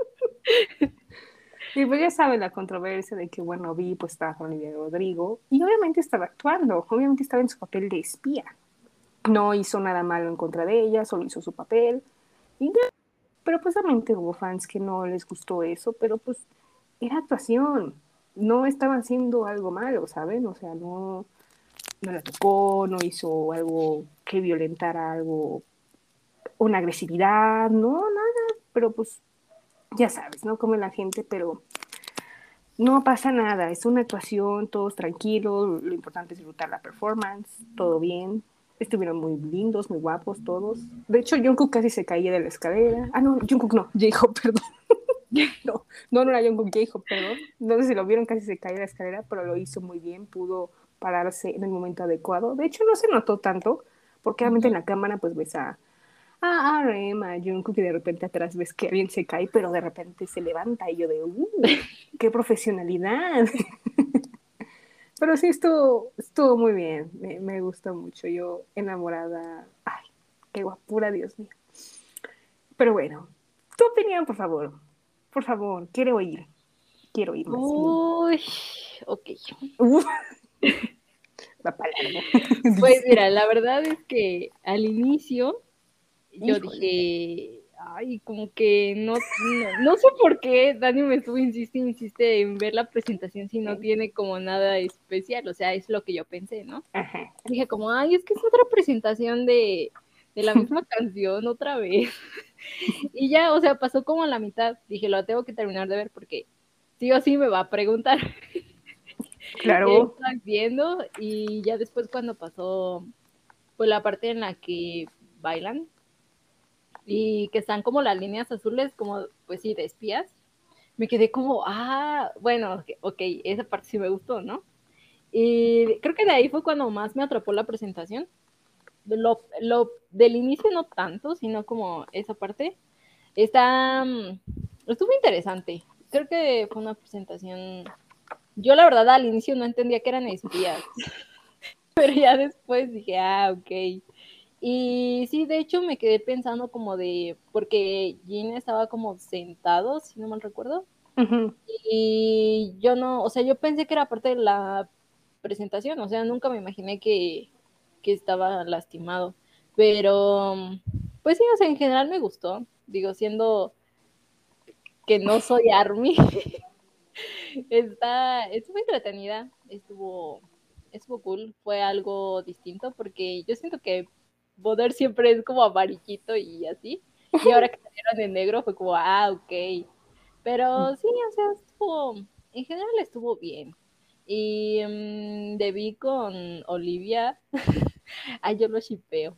Speaker 1: Y pues ya saben la controversia de que, bueno, Vi pues estaba con Olivia Rodrigo y obviamente estaba actuando, obviamente estaba en su papel de espía. No hizo nada malo en contra de ella, solo hizo su papel. Y ya. Pero pues obviamente hubo fans que no les gustó eso, pero pues era actuación. No estaban haciendo algo malo, ¿saben? O sea, no, no la tocó, no hizo algo que violentara algo, una agresividad, no, nada. Pero pues ya sabes, ¿no? Como la gente, pero no pasa nada. Es una actuación, todos tranquilos. Lo importante es disfrutar la performance, todo bien. Estuvieron muy lindos, muy guapos todos. De hecho, Jungkook casi se caía de la escalera. Ah, no, Jungkook no, J-Hope, perdón. no, no, no era Jungkook, J-Hope, perdón. No sé si lo vieron, casi se caía de la escalera, pero lo hizo muy bien, pudo pararse en el momento adecuado. De hecho, no se notó tanto, porque obviamente uh-huh. en la cámara pues ves a, a R M, a Jungkook, y de repente atrás ves que alguien se cae, pero de repente se levanta, y yo de, ¡uh! ¡Qué profesionalidad! Pero sí, estuvo, estuvo muy bien, me, me gustó mucho, yo enamorada, ay, qué guapura, Dios mío. Pero bueno, tu opinión, por favor, por favor, quiero oír, quiero oír más.
Speaker 2: Uy, ok.
Speaker 1: Uf. Va para largo.
Speaker 2: Pues mira, la verdad es que al inicio yo
Speaker 1: Híjole.
Speaker 2: dije... ay, como que no, no, no sé por qué Dani me estuvo insiste, insiste en ver la presentación si no tiene como nada especial, o sea, es lo que yo pensé, ¿no?
Speaker 1: Ajá.
Speaker 2: Dije como, ay, es que es otra presentación de, de la misma canción otra vez. Y ya, o sea, pasó como a la mitad, dije, lo tengo que terminar de ver porque sí o sí me va a preguntar. Y ahí
Speaker 1: Claro.
Speaker 2: estabas viendo y ya después cuando pasó pues la parte en la que bailan y que están como las líneas azules, como pues sí, de espías, me quedé como, ah, bueno, ok, ok, esa parte sí me gustó, ¿no? Y creo que de ahí fue cuando más me atrapó la presentación. Lo, lo del inicio no tanto, sino como esa parte. Está, mm, estuvo interesante. Creo que fue una presentación. Yo la verdad al inicio no entendía que eran espías, pero ya después dije, ah, ok. Y sí, de hecho me quedé pensando como de, porque Jin estaba como sentado, si no mal recuerdo,
Speaker 1: Ujú.
Speaker 2: y yo no, o sea, yo pensé que era parte de la presentación, o sea, nunca me imaginé que, que estaba lastimado, pero pues sí, o sea, en general me gustó, digo, siendo que no soy Army, está, estuvo entretenida, estuvo, estuvo cool, fue algo distinto, porque yo siento que Boder siempre es como amarillito y así, y ahora que salieron en negro fue como, ah, ok, pero sí, o sea, estuvo, en general estuvo bien. Y um, debí con Olivia, ay, yo lo shipeo,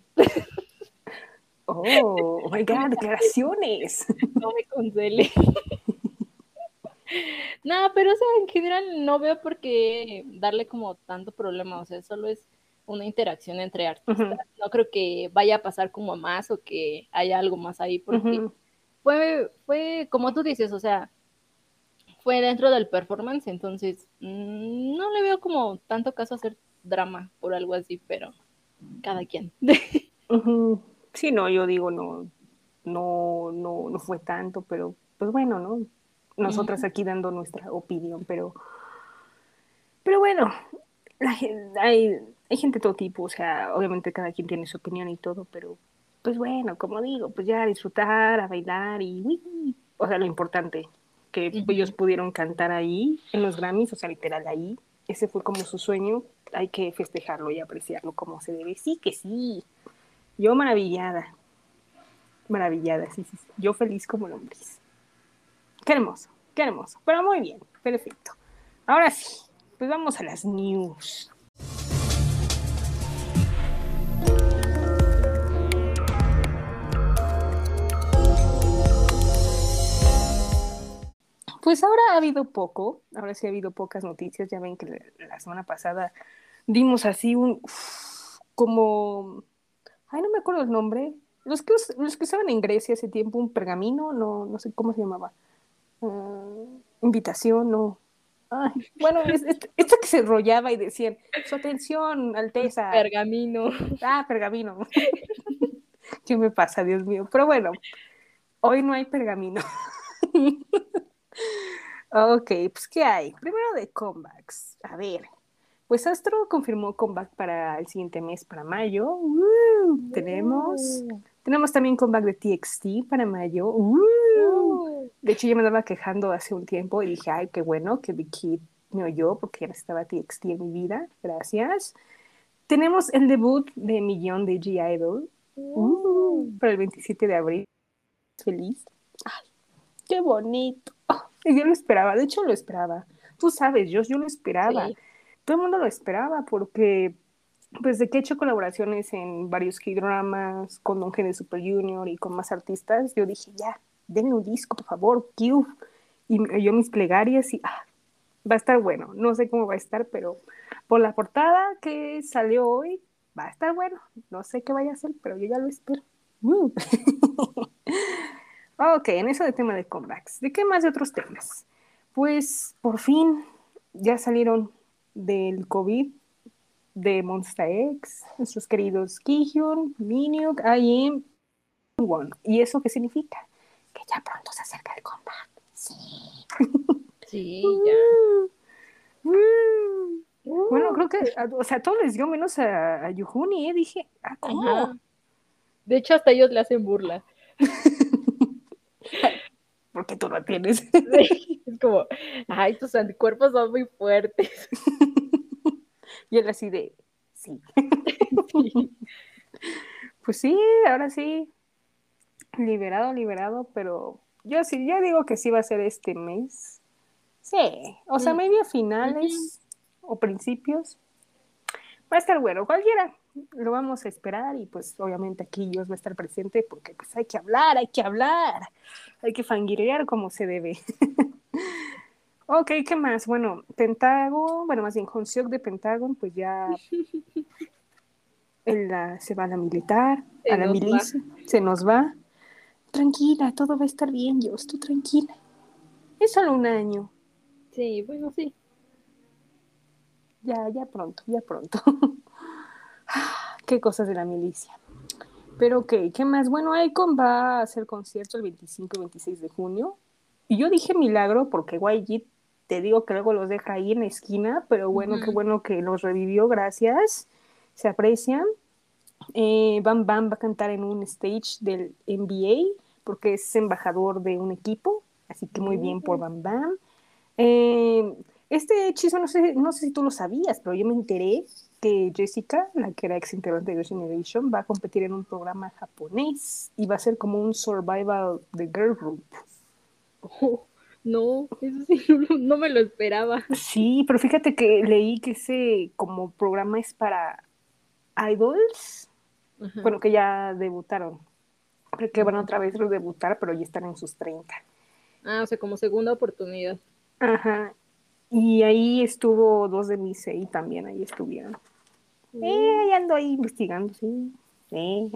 Speaker 1: Oh, oh my God, declaraciones.
Speaker 2: no me consele. No, pero o sea, en general no veo por qué darle como tanto problema, o sea, solo es una interacción entre artistas.
Speaker 1: Ujú,
Speaker 2: No creo que vaya a pasar como a más o que haya algo más ahí, porque
Speaker 1: ujú.
Speaker 2: fue, fue como tú dices, o sea, fue dentro del performance, entonces mmm, no le veo como tanto caso hacer drama por algo así, pero cada quien.
Speaker 1: Ujú. Sí, no, yo digo, no, no, no, no fue tanto, pero pues bueno, ¿no? Nosotras aquí dando nuestra opinión, pero, pero bueno, la gen- hay, hay gente de todo tipo, o sea, obviamente cada quien tiene su opinión y todo, pero pues bueno, como digo, pues ya a disfrutar, a bailar y, uy, o sea, lo importante, que ellos
Speaker 2: Uh-huh.
Speaker 1: pudieron cantar ahí en los Grammys, o sea, literal ahí, ese fue como su sueño, hay que festejarlo y apreciarlo como se debe. Sí, que sí, yo maravillada, maravillada, sí, sí, sí. Yo feliz como lombriz. Qué hermoso, qué hermoso, pero muy bien, perfecto. Ahora sí, pues vamos a las news. Pues ahora ha habido poco, ahora sí ha habido pocas noticias, ya ven que la, la semana pasada dimos así un, uf, como, ay, no me acuerdo el nombre, los que, us- los que usaban en Grecia hace tiempo un pergamino, no, no sé cómo se llamaba. Uh, invitación, no. Ay, bueno, es, es, esto que se enrollaba y decían, su atención, Alteza.
Speaker 2: Pergamino.
Speaker 1: Ah, pergamino. ¿Qué me pasa, Dios mío? Pero bueno, hoy no hay pergamino. Ok, pues ¿qué hay? Primero de comebacks. A ver, pues Astro confirmó comeback para el siguiente mes, para mayo. Uh, tenemos,
Speaker 2: No.
Speaker 1: tenemos también comeback de T X T para mayo. Uh,
Speaker 2: No.
Speaker 1: de hecho, yo me andaba quejando hace un tiempo y dije, ay, qué bueno que Big Hit me oyó porque ya necesitaba T X T en mi vida. Gracias. Tenemos el debut de Millón de G-Idol uh,
Speaker 2: No.
Speaker 1: para el veintisiete de abril. Feliz. Ay, qué bonito. Oh, yo lo esperaba, de hecho lo esperaba. Tú sabes, yo, yo lo esperaba.
Speaker 2: Sí.
Speaker 1: Todo el mundo lo esperaba porque, pues, de que he hecho colaboraciones en varios K-dramas, con Don G de Super Junior y con más artistas, yo dije, ya, denle un disco, por favor, Q. Y yo mis plegarias y ah, va a estar bueno. No sé cómo va a estar, pero por la portada que salió hoy, va a estar bueno. No sé qué vaya a hacer, pero yo ya lo espero. Uh. Ok, en eso de tema de comebacks. ¿De qué más de otros temas? Pues por fin ya salieron del COVID de Monsta X, nuestros queridos Kihyun, Minhyuk, I M, Won. ¿Y eso qué significa? Que ya pronto se acerca el comeback. Sí.
Speaker 2: Sí, ya.
Speaker 1: Uh, uh. Bueno,
Speaker 2: Uh.
Speaker 1: creo que, o sea, todo les dio menos a, a Yuhuni, ¿eh? Dije, ah, ¿cómo?
Speaker 2: Ajá. De hecho, hasta ellos le hacen burla.
Speaker 1: Porque tú lo tienes.
Speaker 2: Sí, es como, ay, tus anticuerpos son muy fuertes.
Speaker 1: Y él así de, sí.
Speaker 2: Sí.
Speaker 1: Pues sí, ahora sí, liberado, liberado, pero yo sí, yo digo que sí va a ser este mes. Sí, o sea,
Speaker 2: Mm,
Speaker 1: media
Speaker 2: ujú.
Speaker 1: finales. o principios. Va a estar bueno, cualquiera. Lo vamos a esperar y pues obviamente aquí Dios va a estar presente porque pues hay que hablar, hay que hablar, hay que fangirlear como se debe. Ok, ¿qué más? Bueno, Pentágono, bueno, más bien Honshyuk de Pentágono, pues ya él la- se va a la militar,
Speaker 2: Se
Speaker 1: a la
Speaker 2: nos va.
Speaker 1: milicia, se nos va. Tranquila, todo va a estar bien, Dios, tú tranquila. Es solo un año,
Speaker 2: Sí, bueno, sí.
Speaker 1: ya, ya pronto, ya pronto. Qué cosas de la milicia. Pero ok, ¿qué más? Bueno, Icon va a hacer concierto el veinticinco y veintiséis de junio. Y yo dije milagro porque Y G, te digo que luego los deja ahí en la esquina, pero bueno, qué
Speaker 2: Ujú.
Speaker 1: bueno que los revivió, gracias. Se aprecian. Eh, Bam Bam va a cantar en un stage del N B A porque es embajador de un equipo, así que muy bien por
Speaker 2: Uh,
Speaker 1: Bam Bam. Eh, este hechizo, no sé, no sé si tú lo sabías, pero yo me enteré que Jessica, la que era ex integrante de Girls' Generation, va a competir en un programa japonés y va a ser como un survival de girl group.
Speaker 2: oh, no, eso sí, no, no me lo esperaba.
Speaker 1: Sí, pero fíjate que leí que ese como programa es para idols,
Speaker 2: Ajá.
Speaker 1: bueno, que ya debutaron, creo que van
Speaker 2: Ujú.
Speaker 1: otra vez a debutar, pero ya están en sus treinta.
Speaker 2: Ah, o sea, como segunda oportunidad.
Speaker 1: Ajá, y ahí estuvo dos de mis ahí también, ahí estuvieron. Eh,
Speaker 2: Uh,
Speaker 1: ahí ando ahí investigando, sí. Eh.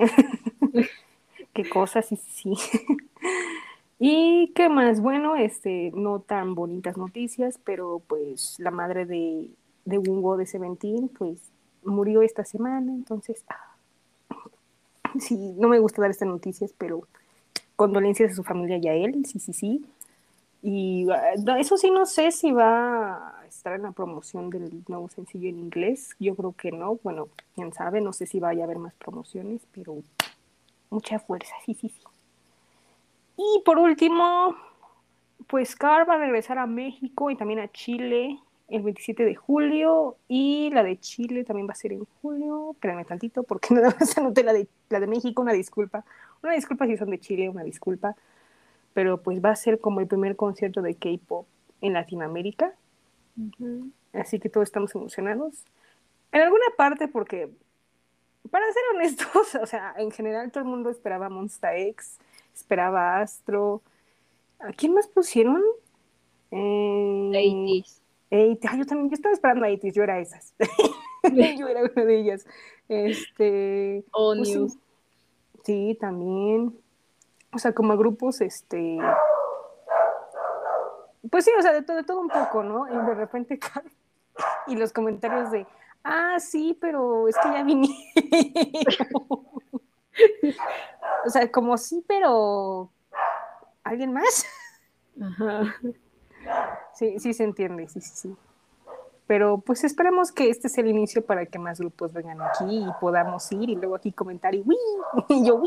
Speaker 1: Qué cosas, sí, sí, sí. Y qué más, bueno, este, no tan bonitas noticias, pero pues la madre de, de Bungo de Seventeen, pues murió esta semana, entonces, ah, sí, no me gusta dar estas noticias, pero condolencias a su familia y a él, sí, sí, sí. Y ah, no, eso sí, no sé si va a estar en la promoción del nuevo sencillo en inglés, yo creo que no, bueno, quién sabe, no sé si vaya a haber más promociones, pero mucha fuerza, sí, sí, sí. Y por último, pues Car va a regresar a México y también a Chile el veintisiete de julio y la de Chile también va a ser en julio. Espérame tantito porque nada más anoté la de, la de México, una disculpa. Una disculpa si son de Chile, una disculpa. Pero pues va a ser como el primer concierto de K-pop en Latinoamérica.
Speaker 2: ujú.
Speaker 1: Así que todos estamos emocionados. En alguna parte porque, para ser honestos, o sea, en general todo el mundo esperaba Monsta X, esperaba Astro. ¿A quién más pusieron? Eh,
Speaker 2: ochenta.
Speaker 1: Eighty. Ah, yo también, yo estaba esperando a Eighty, yo era esas. Yo era una de ellas. Este,
Speaker 2: O
Speaker 1: pues sí,
Speaker 2: News.
Speaker 1: sí, también. O sea, como grupos, este, pues sí, o sea, de todo, de todo un poco, ¿no? Y de repente cae. Y los comentarios de, ah, sí, pero es que ya vinieron. O sea, como sí, pero ¿alguien más?
Speaker 2: Ajá.
Speaker 1: Sí, sí se entiende, sí, sí, sí. Pero pues esperemos que este sea el inicio para que más grupos vengan aquí y podamos ir y luego aquí comentar y ¡uy! Y yo ¡uy!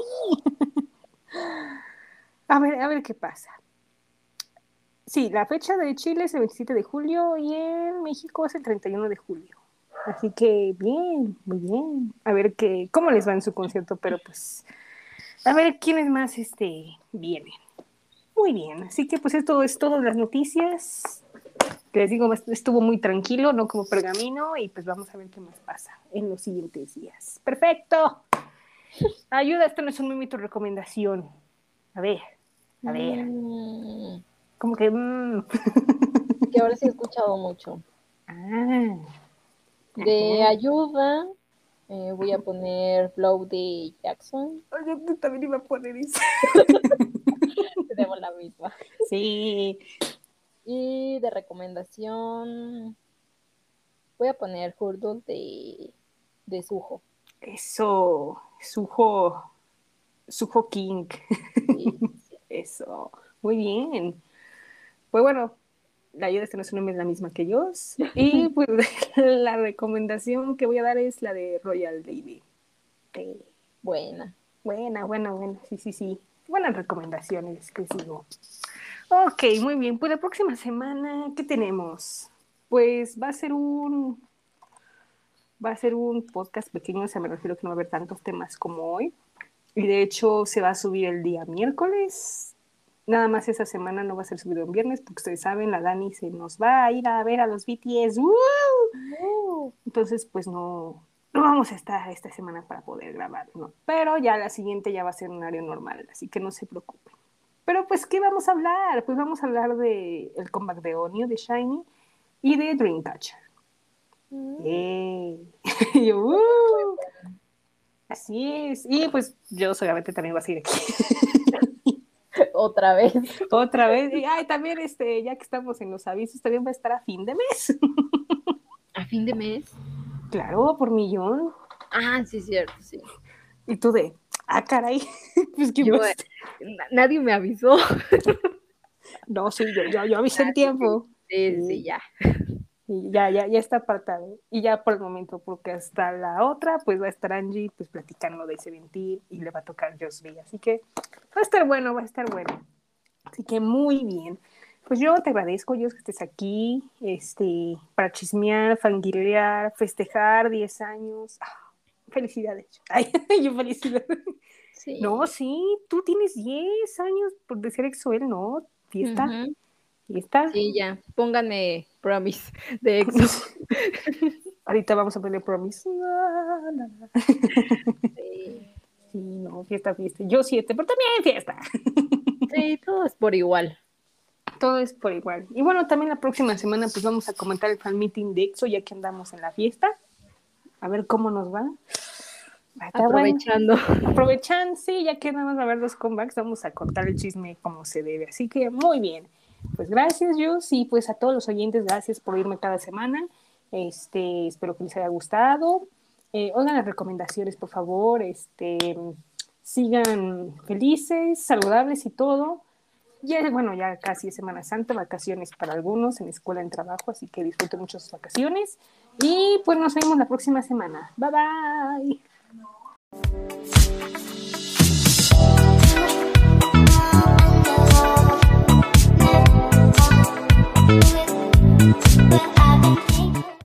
Speaker 1: A ver, a ver qué pasa. Sí, la fecha de Chile es el veintisiete de julio y en México es el treinta y uno de julio. Así que bien, muy bien. A ver qué, cómo les va en su concierto, pero pues a ver quiénes más este, vienen. Muy bien, así que pues esto es todo las noticias. Les digo, estuvo muy tranquilo, no como pergamino, y pues vamos a ver qué más pasa en los siguientes días. ¡Perfecto! Ayuda, esto no es un meme, tu recomendación. A ver, a ver,
Speaker 2: Mm,
Speaker 1: como que... mmm.
Speaker 2: que ahora sí he escuchado mucho.
Speaker 1: Ah,
Speaker 2: De
Speaker 1: ajá.
Speaker 2: ayuda, eh, voy a poner Flow de Jackson.
Speaker 1: Oye, tú también iba a poner eso.
Speaker 2: Tenemos la misma.
Speaker 1: Sí,
Speaker 2: Y de recomendación, voy a poner Hurdle de, de Suho.
Speaker 1: eso, Suho, Suho King.
Speaker 2: Sí, sí.
Speaker 1: Eso, muy bien. Pues bueno, la ayuda este no es un nombre es la misma que ellos. Y pues la recomendación que voy a dar es la de Royal Lady. Sí.
Speaker 2: Buena.
Speaker 1: Buena, buena, buena. Sí, sí, sí. Buenas recomendaciones, que sigo. Ok, muy bien. Pues la próxima semana, ¿qué tenemos? Pues va a ser un, va a ser un podcast pequeño, o sea, me refiero que no va a haber tantos temas como hoy. Y de hecho se va a subir el día miércoles. Nada más esa semana no va a ser subido en viernes, porque ustedes saben, la Dani se nos va a ir a ver a los B T S. ¡Woo!
Speaker 2: Oh.
Speaker 1: Entonces, pues no, no vamos a estar esta semana para poder grabar, ¿no? Pero ya la siguiente ya va a ser un horario normal, así que no se preocupen. Pero pues, ¿qué vamos a hablar? Pues vamos a hablar de el comeback de Onio, de Shiny y de Dreamcatcher.
Speaker 2: Mm.
Speaker 1: ¡Yay! Y yo, ¡uh! Así es. Y pues yo seguramente también voy a seguir aquí.
Speaker 2: Otra vez.
Speaker 1: Otra vez. Y ay, también, este, ya que estamos en los avisos, también va a estar a fin de mes.
Speaker 2: ¿A fin de mes?
Speaker 1: Claro, por millón.
Speaker 2: Ah, sí, cierto, sí.
Speaker 1: Y tú de, ah, caray. Pues qué
Speaker 2: Yo,
Speaker 1: más.
Speaker 2: eh, na- nadie me avisó.
Speaker 1: No, sí, yo, yo, yo avisé en tiempo.
Speaker 2: Sí, sí,
Speaker 1: Sí.
Speaker 2: ya.
Speaker 1: Y ya, ya, ya está apartado. Y ya por el momento, porque hasta la otra, pues va a estar Angie, pues platicando de ese ventil y le va a tocar Josby. Así que va a estar bueno, va a estar bueno. Así que muy bien. Pues yo te agradezco, Dios, que estés aquí, este, para chismear, fangirlear, festejar diez años. Ah, felicidades. Ay, yo felicidades.
Speaker 2: Sí.
Speaker 1: No, sí, tú tienes diez años por de ser Exoel, ¿no? Fiesta,
Speaker 2: Ujú.
Speaker 1: fiesta.
Speaker 2: Sí, ya. Pónganme Promise de EXO.
Speaker 1: Ahorita vamos a poner Promise. Na, na, na.
Speaker 2: Sí.
Speaker 1: Sí, no, fiesta, fiesta. Yo siete, pero también fiesta.
Speaker 2: Sí, todo es por igual.
Speaker 1: Todo es por igual. Y bueno, también la próxima semana pues vamos a comentar el fan meeting de EXO ya que andamos en la fiesta. A ver cómo nos va. Está
Speaker 2: Aprovechando.
Speaker 1: bueno. Aprovechan, sí, ya que nada más va a haber dos comebacks, vamos a contar el chisme como se debe. Así que muy bien. Pues gracias, Jus, y pues a todos los oyentes, gracias por irme cada semana. Este, espero que les haya gustado. Eh, oigan las recomendaciones, por favor. Este, sigan felices, saludables y todo. Ya, bueno, ya casi es Semana Santa, vacaciones para algunos, en escuela, en trabajo, así que disfruten mucho sus vacaciones. Y pues nos vemos la próxima semana. Bye bye.